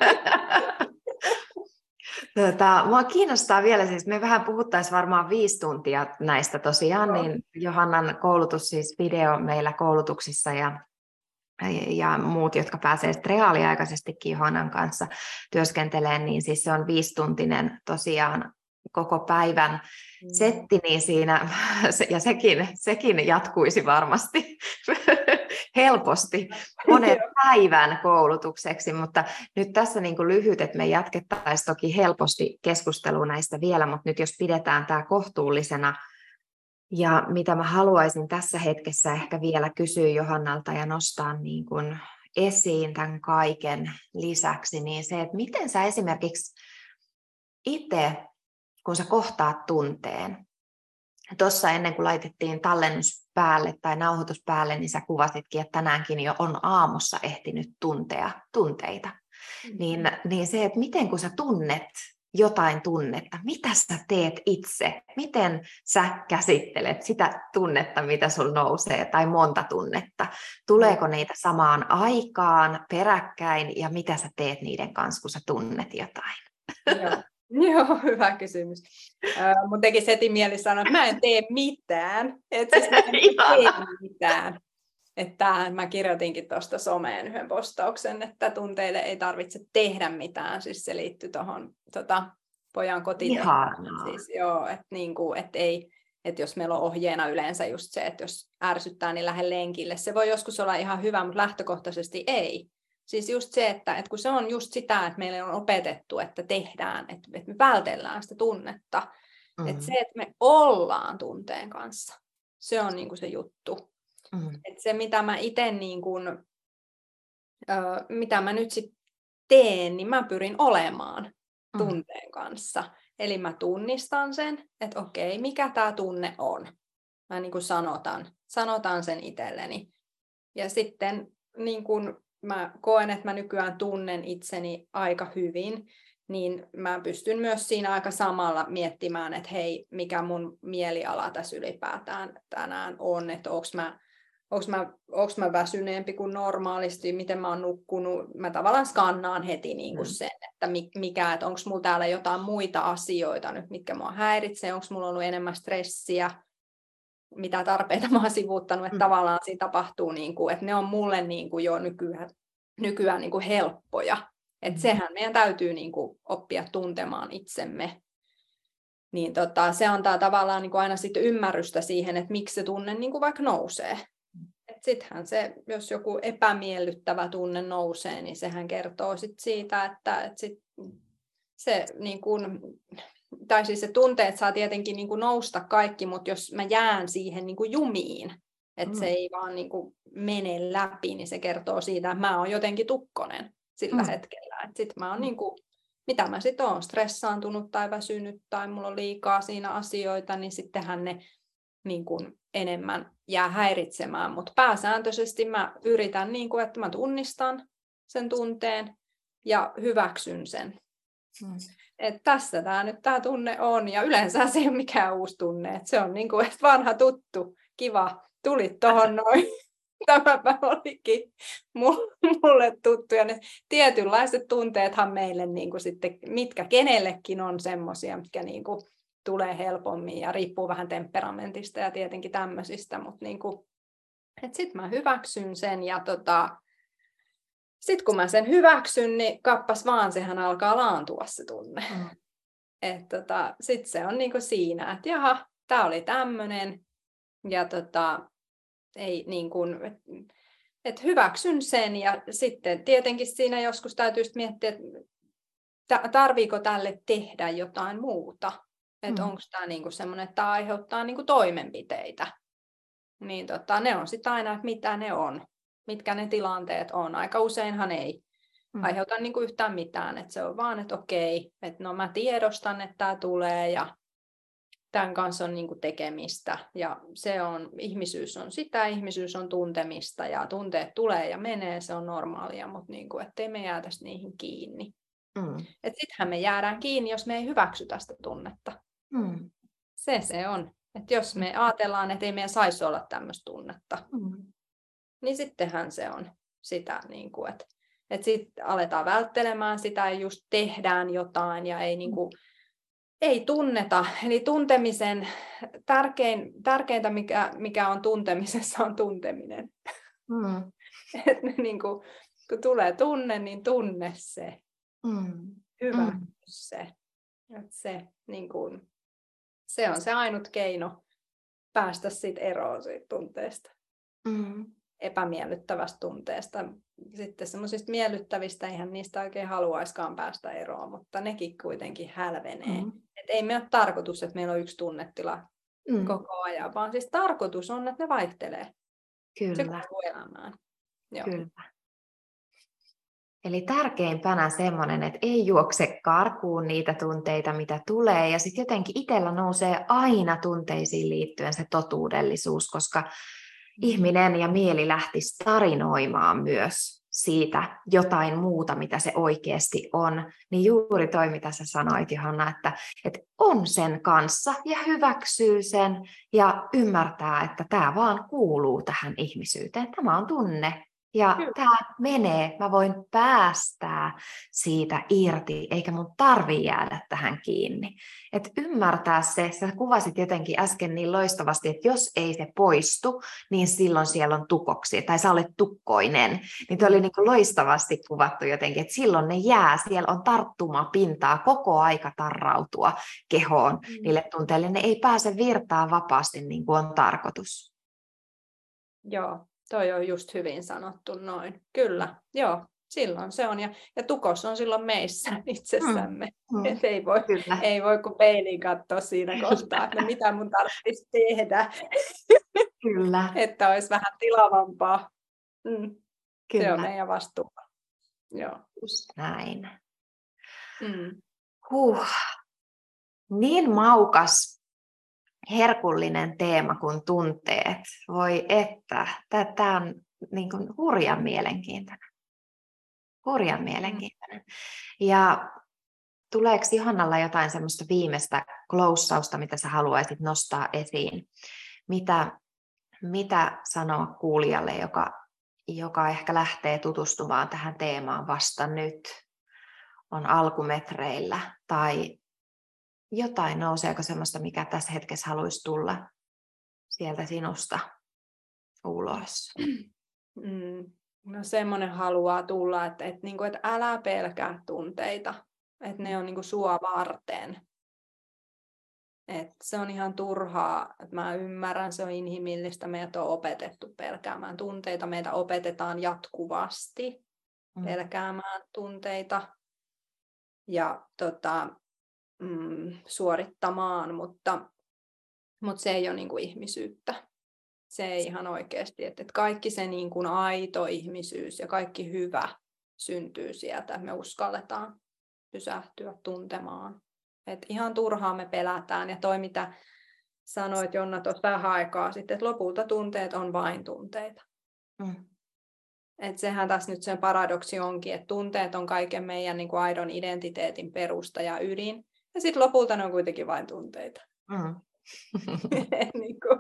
Tota, mua kiinnostaa vielä, siis me vähän puhuttaisiin varmaan viisi tuntia näistä tosiaan, no. niin Johannan koulutus, siis video meillä koulutuksissa ja, ja muut, jotka pääsee reaaliaikaisestikin Johannan kanssa työskentelemään, niin siis se on viisituntinen tosiaan koko päivän mm. setti, niin siinä, ja sekin, sekin jatkuisi varmasti helposti monen päivän koulutukseksi, mutta nyt tässä niin kuin lyhyt, että me jatkettaisiin toki helposti keskustelua näistä vielä, mutta nyt jos pidetään tämä kohtuullisena, ja mitä mä haluaisin tässä hetkessä ehkä vielä kysyä Johannalta ja nostaa niin kuin esiin tämän kaiken lisäksi, niin se, että miten sä esimerkiksi itse, kun sä kohtaat tunteen, tuossa ennen kuin laitettiin tallennus päälle tai nauhoitus päälle, niin sä kuvasitkin, että tänäänkin jo on aamussa ehtinyt tuntea tunteita. Mm-hmm. Niin, niin se, että miten kun sä tunnet jotain tunnetta, mitä sä teet itse, miten sä käsittelet sitä tunnetta, mitä sul nousee, tai monta tunnetta, tuleeko niitä samaan aikaan, peräkkäin, ja mitä sä teet niiden kanssa, kun sä tunnet jotain? Joo. Joo, hyvä kysymys. Uh, mun tekisi heti mieli sanoa, että mä en tee mitään. Et siis mä en tee mitään. Että mä kirjoitinkin tuosta someen yhden postauksen, että tunteille ei tarvitse tehdä mitään. Siis se liittyy tuohon tota, pojan kotitehtävään. Siis, joo, että niinku, et ei, et jos meillä on ohjeena yleensä just se, että jos ärsyttää, niin lähde lenkille. Se voi joskus olla ihan hyvä, mutta lähtökohtaisesti ei. Siis just se, että, että kun se on just sitä, että meille on opetettu, että tehdään, että, että me vältellään sitä tunnetta. Mm-hmm. Että se, että me ollaan tunteen kanssa, se on niin kuin se juttu. Mm-hmm. Että se, mitä mä itse niin kuin, äh, mitä mä nyt sit teen, niin mä pyrin olemaan tunteen mm-hmm. kanssa. Eli mä tunnistan sen, että okei, mikä tämä tunne on. Mä niin kuin sanotan, sanotan sen itselleni. Ja sitten niin kuin mä koen, että mä nykyään tunnen itseni aika hyvin, niin mä pystyn myös siinä aika samalla miettimään, että hei, mikä mun mieliala tässä ylipäätään tänään on, että onko mä, onks mä, onks mä väsyneempi kuin normaalisti, miten mä oon nukkunut. Mä tavallaan skannaan heti niin kuin sen, että mikä, että onko mulla täällä jotain muita asioita nyt, mitkä mua häiritsee, onko mulla ollut enemmän stressiä, mitä tarpeita mä oon sivuuttanut, että mm. tavallaan siinä tapahtuu, niin kuin, että ne on mulle niin kuin jo nykyään, nykyään niin kuin helppoja. Että mm. sehän meidän täytyy niin kuin oppia tuntemaan itsemme. Niin tota, se antaa tavallaan niin kuin aina sitten ymmärrystä siihen, että miksi se tunne niin kuin vaikka nousee. Sittenhän se, jos joku epämiellyttävä tunne nousee, niin sehän kertoo sit siitä, että, että sit se niin kuin, tai siis se tunteet saa tietenkin niin kuin nousta kaikki, mutta jos mä jään siihen niin kuin jumiin, että mm. se ei vaan niin kuin mene läpi, niin se kertoo siitä, että mä oon jotenkin tukkonen sillä mm. hetkellä. Että sit mä oon niin kuin, mitä mä sit oon, stressaantunut tai väsynyt tai mulla on liikaa siinä asioita, niin sittenhän ne niin kuin enemmän jää häiritsemään. Mutta pääsääntöisesti mä yritän, niin kuin, että mä tunnistan sen tunteen ja hyväksyn sen. Mm. Että tässä tämä nyt tämä tunne on, ja yleensä se ei ole mikään uusi tunne, että se on niin kuin, että vanha tuttu, kiva, tulit tuohon noin, tämäpä olikin mulle tuttu, ja ne tietynlaiset tunteethan meille niin kuin sitten, mitkä kenellekin on semmoisia, mitkä niin kuin tulee helpommin, ja riippuu vähän temperamentista ja tietenkin tämmöisistä, mutta niin kuin, että sitten mä hyväksyn sen, ja tota, sitten kun mä sen hyväksyn, niin kappas vaan, sehän alkaa laantua se tunne. Mm. Että tota, sitten se on niinku siinä, että jaha, tää oli tämmönen. Ja tota, ei niin kuin, että et hyväksyn sen. Ja sitten tietenkin siinä joskus täytyy miettiä, että tarviiko tälle tehdä jotain muuta. Että mm. onko tämä niinku semmoinen, että tämä aiheuttaa niinku toimenpiteitä. Niin tota, ne on sitten aina, että mitä ne on. Mitkä ne tilanteet on. Aika useinhan ei mm. aiheuta niin kuin yhtään mitään. Että se on vaan, että okei, että no mä tiedostan, että tämä tulee ja tämän kanssa on niin kuin tekemistä. Ja se on, ihmisyys on sitä, ihmisyys on tuntemista ja tunteet tulee ja menee, se on normaalia, mutta niin kuin, ettei me jäätäisi niihin kiinni. Mm. Että sittenhän me jäädään kiinni, jos me ei hyväksy tästä tunnetta. Mm. Se se on. Että jos me ajatellaan, että ei meidän saisi olla tämmöistä tunnetta, mm. niin sittenhän se on sitä, niin kuin, että, että sitten aletaan välttelemään sitä ja just tehdään jotain ja ei, niin kuin, ei tunneta. Eli tuntemisen tärkein, tärkeintä, mikä, mikä on tuntemisessa, on tunteminen. Mm. Et, niin kuin, kun tulee tunne, niin tunne se. Mm. Hyväksy mm. se. Et se, niin kuin, se on se ainut keino päästä siitä eroon siitä tunteesta. Mm. Epämiellyttävästä tunteesta. Sitten semmoisista miellyttävistä, eihän niistä oikein haluaiskaan päästä eroon, mutta nekin kuitenkin hälvenee. Mm. Et ei me ole tarkoitus, että meillä on yksi tunnetila mm. koko ajan, vaan siis tarkoitus on, että ne vaihtelee. Kyllä. Se kuuluu elämään. Joo. Kyllä. Eli tärkeimpänä semmoinen, että ei juokse karkuun niitä tunteita, mitä tulee. Ja sitten jotenkin itsellä nousee aina tunteisiin liittyen se totuudellisuus, koska ihminen ja mieli lähtisi tarinoimaan myös siitä jotain muuta, mitä se oikeasti on. Niin juuri toi, mitä sä sanoit, Johanna, että, että on sen kanssa ja hyväksyy sen ja ymmärtää, että tämä vaan kuuluu tähän ihmisyyteen. Tämä on tunne. Ja Kyllä. tämä menee, mä voin päästää siitä irti, eikä mun tarvitse jäädä tähän kiinni. Että ymmärtää se, sä kuvasit jotenkin äsken niin loistavasti, että jos ei se poistu, niin silloin siellä on tukoksi, tai sä olet tukkoinen. Niin toi oli niin kuin loistavasti kuvattu jotenkin, että silloin ne jää, siellä on tarttumapintaa koko aika tarrautua kehoon mm. niille tunteille. Ne ei pääse virtaa vapaasti niin kuin on tarkoitus. Joo. Toi on just hyvin sanottu noin. Kyllä, joo, silloin se on. Ja, ja tukos on silloin meissä itsessämme. Mm. Mm. Et ei, voi, ei voi kuin peiliin katsoa siinä kohtaa, että no mitä mun tarvitsisi tehdä. Kyllä. Että olisi vähän tilavampaa. Mm. Kyllä. Se on meidän vastuulla. Joo. Just näin. Mm. Huh. Niin maukas. Herkullinen teema kuin tunteet. Voi että, tämä on niin kuin hurjan mielenkiintoinen. Hurjan mielenkiintoinen. Ja tuleeko Johannalla jotain semmoista viimeistä closausta, mitä sä haluaisit nostaa esiin? Mitä, mitä sanoa kuulijalle, joka, joka ehkä lähtee tutustumaan tähän teemaan vasta nyt, on alkumetreillä tai jotain, nouseeko semmoista, mikä tässä hetkessä haluaisi tulla sieltä sinusta ulos? Mm. No semmoinen haluaa tulla, että, että, että, että älä pelkää tunteita, että ne on niin kuin sua varten. Että se on ihan turhaa, että mä ymmärrän, se on inhimillistä, meidät on opetettu pelkäämään tunteita, meitä opetetaan jatkuvasti pelkäämään tunteita ja tota, Mm, suorittamaan, mutta, mutta se ei ole niin kuin ihmisyyttä. Se ei ihan oikeasti, että, että kaikki se niin kuin aito ihmisyys ja kaikki hyvä syntyy sieltä, että me uskalletaan pysähtyä tuntemaan. Että ihan turhaa me pelätään ja toi mitä sanoit Jonna tuossa vähän aikaa sitten, että lopulta tunteet on vain tunteita. Mm. Että sehän tässä nyt sen paradoksi onkin, että tunteet on kaiken meidän niin kuin aidon identiteetin perusta ja ydin. Ja sitten lopulta ne on kuitenkin vain tunteita. Mm. niin kuin,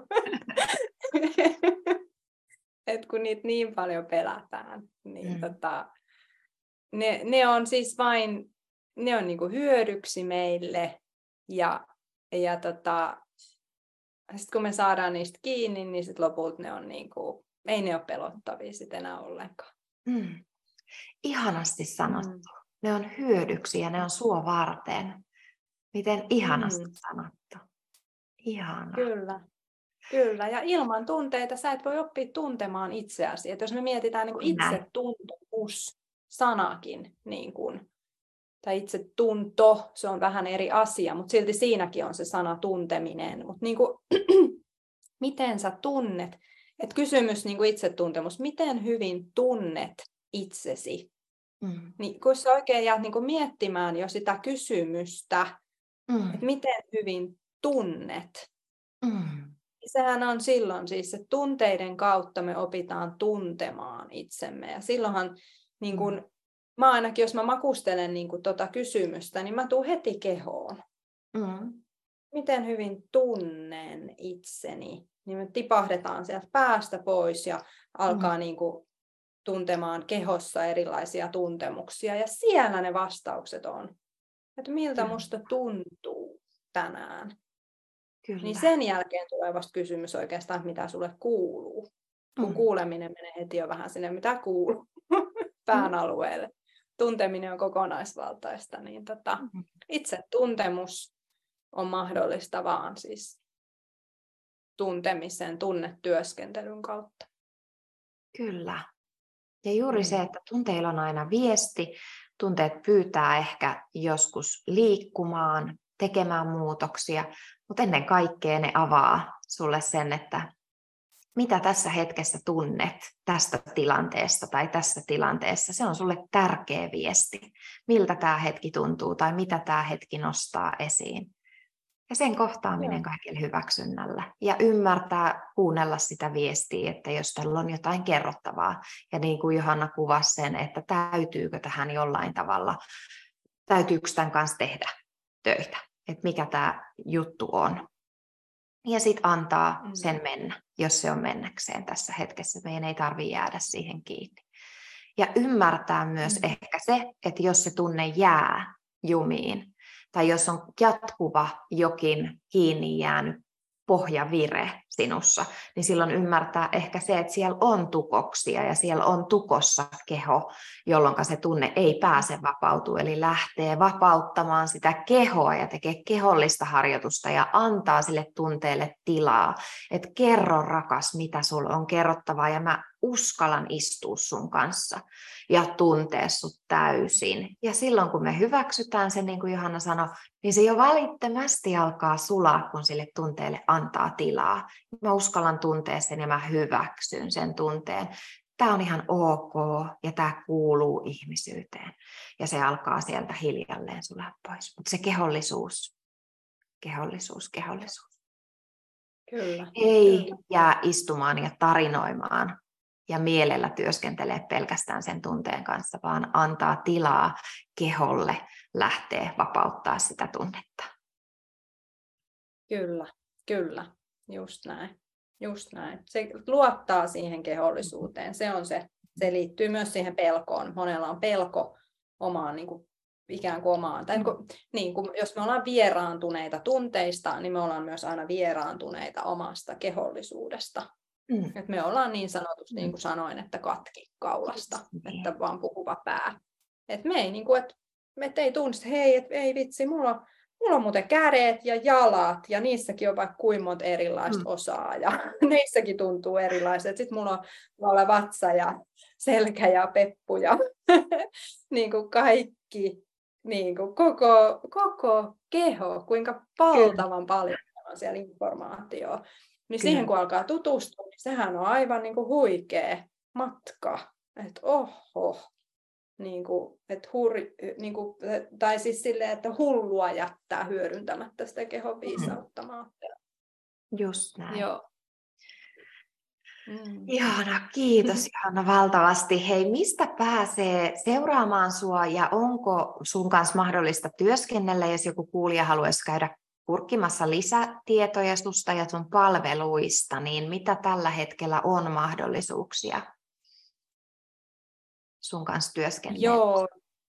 et kun niitä niin paljon pelätään, niin mm. tota, ne, ne on siis vain, ne on niin kuin hyödyksi meille. Ja, ja tota, sitten kun me saadaan niistä kiinni, niin sitten lopulta ne on niin kuin, ei ne ole pelottavia sitten enää ollenkaan. Mm. Ihanasti sanottu. Mm. Ne on hyödyksi ja ne on sua varten. Miten ihanasti mm. sanottu. Ihana. Kyllä. Kyllä. Ja ilman tunteita sä et voi oppia tuntemaan itseäsi. Et jos me mietitään niin kuin itsetuntemus sanakin, niin kuin, tai itsetunto, se on vähän eri asia, mutta silti siinäkin on se sana tunteminen. Mutta niin kuin, miten sä tunnet? Et kysymys niin kuin itsetuntemus, miten hyvin tunnet itsesi? Mm. Niin, kun sä oikein jäät niin kuin miettimään jo sitä kysymystä, Mm. että miten hyvin tunnet. Mm. Sehän on silloin siis, että tunteiden kautta me opitaan tuntemaan itsemme. Ja silloinhan, niin kun, mm. mä ainakin jos mä makustelen niin kun tota kysymystä, niin mä tuun heti kehoon. Mm. Miten hyvin tunnen itseni. Niin me tipahdetaan sieltä päästä pois ja alkaa mm. niin kun tuntemaan kehossa erilaisia tuntemuksia. Ja siellä ne vastaukset on. Että miltä musta tuntuu tänään. Kyllä. Niin sen jälkeen tulee vasta kysymys oikeastaan, että mitä sulle kuuluu. Kun mm. kuuleminen menee heti jo vähän sinne, mitä kuuluu pään mm. alueelle. Tunteminen on kokonaisvaltaista. Niin tota, mm. itse tuntemus on mahdollista vaan siis tuntemisen, tunnetyöskentelyn kautta. Kyllä. Ja juuri mm. se, että tunteilla on aina viesti. Tunteet pyytää ehkä joskus liikkumaan, tekemään muutoksia, mutta ennen kaikkea ne avaa sulle sen, että mitä tässä hetkessä tunnet tästä tilanteesta tai tässä tilanteessa. Se on sulle tärkeä viesti, miltä tämä hetki tuntuu tai mitä tämä hetki nostaa esiin. Ja sen kohtaaminen kaikilla hyväksynnällä. Ja ymmärtää kuunnella sitä viestiä, että jos tällä on jotain kerrottavaa. Ja niin kuin Johanna kuvasi sen, että täytyykö tähän jollain tavalla, täytyykö tämän kanssa tehdä töitä. Että mikä tämä juttu on. Ja sitten antaa sen mennä, jos se on mennäkseen tässä hetkessä. Meidän ei tarvitse jäädä siihen kiinni. Ja ymmärtää myös mm. ehkä se, että jos se tunne jää jumiin, tai jos on jatkuva jokin kiinni jäänyt pohjavire sinussa, niin silloin ymmärtää ehkä se, että siellä on tukoksia ja siellä on tukossa keho, jolloin se tunne ei pääse vapautumaan. Eli lähtee vapauttamaan sitä kehoa ja tekee kehollista harjoitusta ja antaa sille tunteelle tilaa. Että kerro rakas, mitä sulla on kerrottavaa ja mä uskallan istua sun kanssa ja tuntea sut täysin. Ja silloin kun me hyväksytään se, niin kuin Johanna sanoi, niin se jo välittömästi alkaa sulaa, kun sille tunteelle antaa tilaa. Mä uskallan tuntea sen ja mä hyväksyn sen tunteen. Tämä on ihan ok ja tämä kuuluu ihmisyyteen. Ja se alkaa sieltä hiljalleen sulaa pois. Mutta se kehollisuus, kehollisuus, kehollisuus. Kyllä. Ei Kyllä. jää istumaan ja tarinoimaan ja mielellä työskentelee pelkästään sen tunteen kanssa, vaan antaa tilaa keholle lähteä vapauttaa sitä tunnetta. Kyllä, kyllä, just näin. Just näin. Se luottaa siihen kehollisuuteen. Se on se. Se liittyy myös siihen pelkoon. Monella on pelko omaan niin kuin, ikään kuin omaan. Tai niin kuin, niin kuin, jos me ollaan vieraantuneita tunteista, niin me ollaan myös aina vieraantuneita omasta kehollisuudesta. Mm. Et me ollaan niin sanotusti, niin kuin sanoin, että katki kaulasta, mm. että vaan puhuva pää. Et me ei, niin kuin, et, et ei tunnista, hei, et, ei vitsi, mulla on, mulla on muuten kädet ja jalat, ja niissäkin on vaikka kuinka monta erilaista mm. osaa, ja niissäkin tuntuu erilaiset. Sitten mulla on mulla vatsa ja selkä ja peppu ja niin kuin kaikki, niin kuin koko, koko keho, kuinka valtavan paljon on siellä informaatiota. Niin Kyllä. siihen kun alkaa tutustua, niin sehän on aivan niin kuin huikea matka. Että oho, niin kuin, että hurri, niin kuin, tai siis silleen, että hullua jättää hyödyntämättä sitä kehon viisautta. Mm. Just näin. Joo. Mm. Ihana, kiitos Johanna valtavasti. Hei, mistä pääsee seuraamaan sua ja onko sun kanssa mahdollista työskennellä, jos joku kuulija haluaisi käydä kurkkimassa lisätietoja susta ja sun palveluista, niin mitä tällä hetkellä on mahdollisuuksia sun kanssa työskennellä? Joo.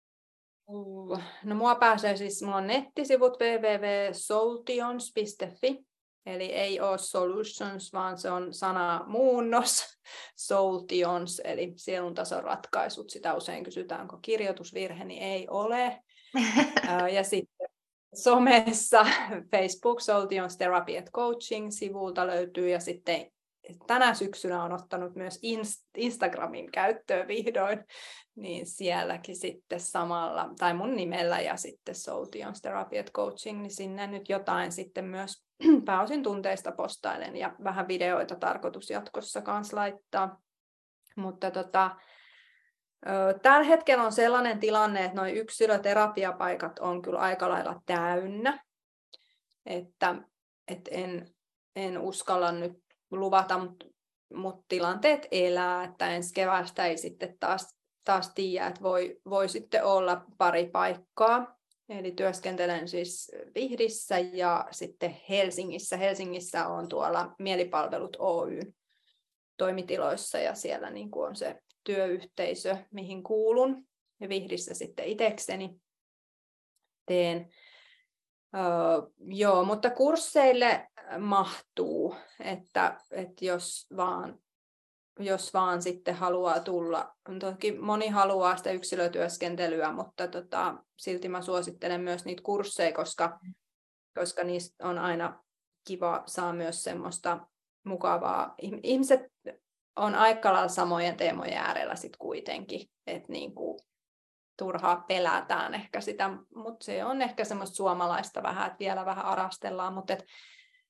No mua pääsee siis, mulla on nettisivut double-u double-u double-u piste soutions piste fi, eli ei ole solutions, vaan se on sana muunnos, Soutions, eli sielun tason ratkaisut. Sitä usein kysytään, onko kirjoitusvirhe, niin ei ole. Ja sitten somessa Facebook Soutions Therapy and Coaching-sivulta löytyy, ja sitten tänä syksynä on ottanut myös Instagramin käyttöön vihdoin, niin sielläkin sitten samalla, tai mun nimellä ja sitten Soutions Therapy and Coaching, niin sinne nyt jotain sitten myös pääosin tunteista postailen ja vähän videoita tarkoitus jatkossa kanssa laittaa. Mutta tota, tällä hetkellä on sellainen tilanne, että nuo yksilöterapiapaikat on kyllä aika lailla täynnä, että, että en, en uskalla nyt luvata, mutta mut tilanteet elää, että ensi keväästä ei sitten taas, taas tiedä, että voi, voi sitten olla pari paikkaa. Eli työskentelen siis Vihdissä ja sitten Helsingissä. Helsingissä on tuolla Mielipalvelut Oy toimitiloissa ja siellä niin kuin on se työyhteisö, mihin kuulun. Ja Vihdissä sitten itsekseni teen. Öö, joo, mutta kursseille mahtuu, että, että jos, vaan, jos vaan sitten haluaa tulla. Toki moni haluaa sitä yksilötyöskentelyä, mutta tota, silti mä suosittelen myös niitä kursseja, koska, koska niistä on aina kiva saa myös semmoista mukavaa. Ihmiset on aika lailla samojen teemojen äärellä sit kuitenkin, että niinku turhaa pelätään ehkä sitä, mutta se on ehkä semmoista suomalaista vähän, että vielä vähän arastellaan, mutta et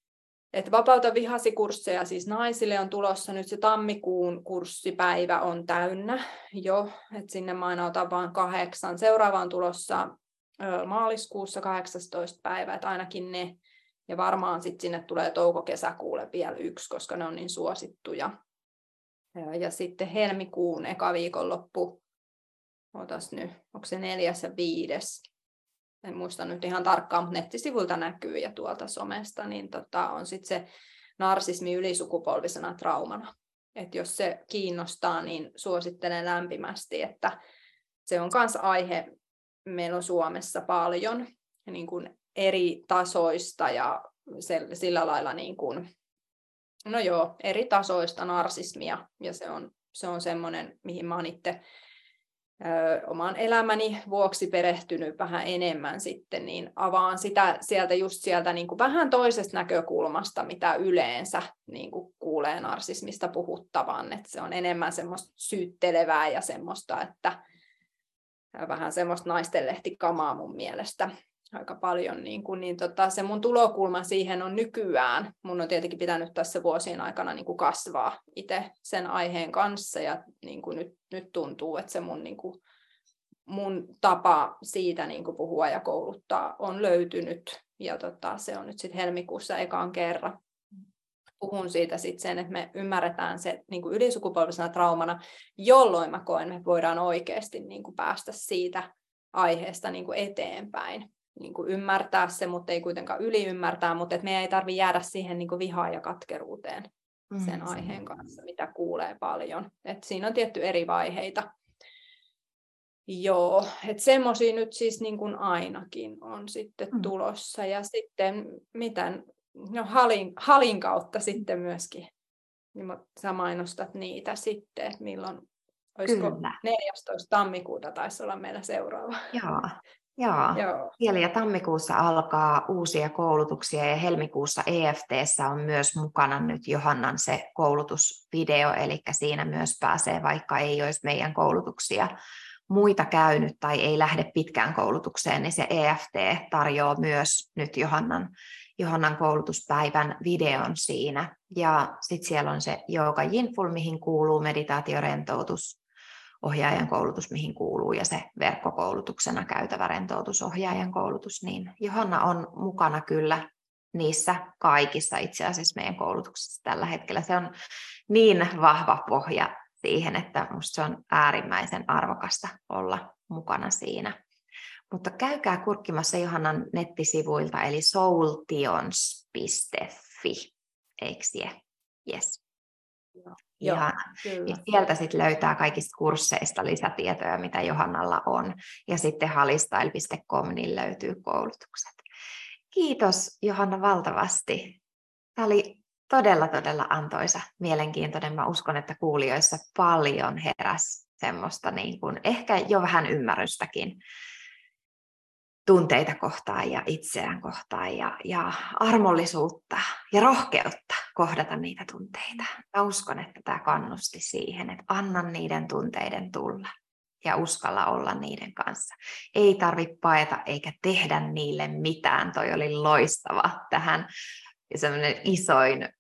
Et Vapauta vihasi kursseja siis naisille on tulossa nyt se tammikuun kurssipäivä on täynnä jo, että sinne mä aina otan vain kahdeksan. Seuraava on tulossa ö, maaliskuussa kahdeksastoista päivä, että ainakin ne. Ja varmaan sitten sinne tulee touko-kesäkuulle vielä yksi, koska ne on niin suosittuja. Ja, ja sitten helmikuun eka viikonloppu, otas nyt, onko se neljäs ja viides? En muista nyt ihan tarkkaan, mutta nettisivuilta näkyy ja tuolta somesta, niin tota, on sitten se narsismi ylisukupolvisena traumana. Et jos se kiinnostaa, niin suosittelen lämpimästi, että se on myös aihe, meillä on Suomessa paljon niin kuin eri tasoista ja sillä lailla niin kuin, no joo, eri tasoista narsismia, ja se on, se on semmoinen, mihin mä oon itse Ö, oman elämäni vuoksi perehtynyt vähän enemmän sitten, niin avaan sitä sieltä just sieltä niin kuin vähän toisesta näkökulmasta, mitä yleensä niin kuin kuulee narsismista puhuttavan. Että se on enemmän semmoista syyttelevää ja semmoista, että vähän semmoista naistenlehtikamaa mun mielestä aika paljon. Niin kuin, niin tota, se mun tulokulma siihen on nykyään. Mun on tietenkin pitänyt tässä vuosien aikana niin kuin kasvaa itse sen aiheen kanssa. Ja niin kuin nyt, nyt tuntuu, että se mun, niin kuin, mun tapa siitä niin kuin puhua ja kouluttaa on löytynyt. Ja tota, se on nyt sitten helmikuussa ekaan kerran. Puhun siitä sitten sen, että me ymmärretään se niin kuin ylisukupolvisena traumana, jolloin mä koen, että me voidaan oikeasti niin kuin päästä siitä aiheesta niin kuin eteenpäin. Niin kuin ymmärtää se, mutta ei kuitenkaan yliymmärtää, mutta et meidän ei tarvitse jäädä siihen niin kuin vihaan ja katkeruuteen sen mm. aiheen kanssa, mitä kuulee paljon. Et siinä on tietty eri vaiheita. Joo, että semmoisia nyt siis niin kuin ainakin on sitten mm. tulossa. Ja sitten miten, no halin, halin kautta sitten myöskin, niin sä mainostat niitä sitten, että milloin, olisiko Kyllä. neljästoista tammikuuta taisi olla meillä seuraava. Joo. Joo, Joo. Vielä ja tammikuussa alkaa uusia koulutuksia ja helmikuussa E F T:ssä on myös mukana nyt Johannan se koulutusvideo, eli siinä myös pääsee, vaikka ei olisi meidän koulutuksia muita käynyt tai ei lähde pitkään koulutukseen, niin se E F T tarjoaa myös nyt Johannan, Johannan koulutuspäivän videon siinä. Ja sitten siellä on se Jooga Jinful, mihin kuuluu meditaatiorentoutus, ohjaajan koulutus, mihin kuuluu, ja se verkkokoulutuksena käytävä rentoutusohjaajan koulutus, niin Johanna on mukana kyllä niissä kaikissa itse asiassa meidän koulutuksissa tällä hetkellä. Se on niin vahva pohja siihen, että musta se on äärimmäisen arvokasta olla mukana siinä. Mutta käykää kurkkimassa Johannan nettisivuilta, eli soultions piste fi, eikö sie? Yes. Joo, ja, ja sieltä sit löytää kaikista kursseista lisätietoja, mitä Johannalla on. Ja sitten halistyle piste com niin löytyy koulutukset. Kiitos Johanna valtavasti. Tämä oli todella, todella antoisa, mielenkiintoinen. Mä uskon, että kuulijoissa paljon heräsi semmoista niin kuin, ehkä jo vähän ymmärrystäkin tunteita kohtaan ja itseään kohtaan ja, ja armollisuutta ja rohkeutta kohdata niitä tunteita. Mä uskon, että tämä kannusti siihen, että anna niiden tunteiden tulla ja uskalla olla niiden kanssa. Ei tarvitse paeta eikä tehdä niille mitään. Toi oli loistava tähän semmoinen isoin,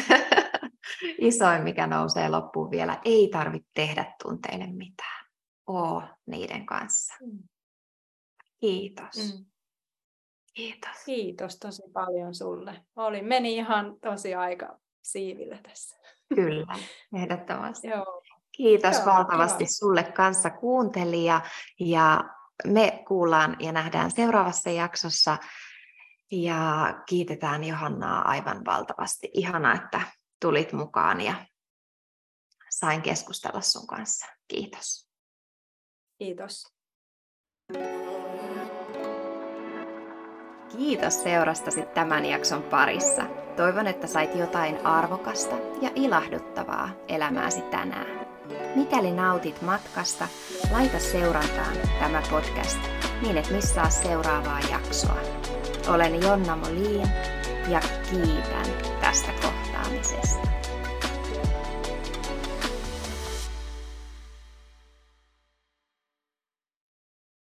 isoin, mikä nousee loppuun vielä. Ei tarvitse tehdä tunteille mitään. Oo niiden kanssa. Kiitos. Mm. Kiitos. Kiitos tosi paljon sulle. Oli, meni ihan tosi aika siivillä tässä. Kyllä, ehdottomasti. Joo. Kiitos Joo, valtavasti kiva. Sulle kanssa kuuntelija. Ja me kuullaan ja nähdään seuraavassa jaksossa. Ja kiitetään Johannaa aivan valtavasti. Ihanaa, että tulit mukaan ja sain keskustella sun kanssa. Kiitos. Kiitos. Kiitos seurastasi tämän jakson parissa. Toivon, että sait jotain arvokasta ja ilahduttavaa elämääsi tänään. Mikäli nautit matkasta, laita seurantaan tämä podcast niin et missaa seuraavaa jaksoa. Olen Jonna Molin ja kiitän tästä kohtaamisesta.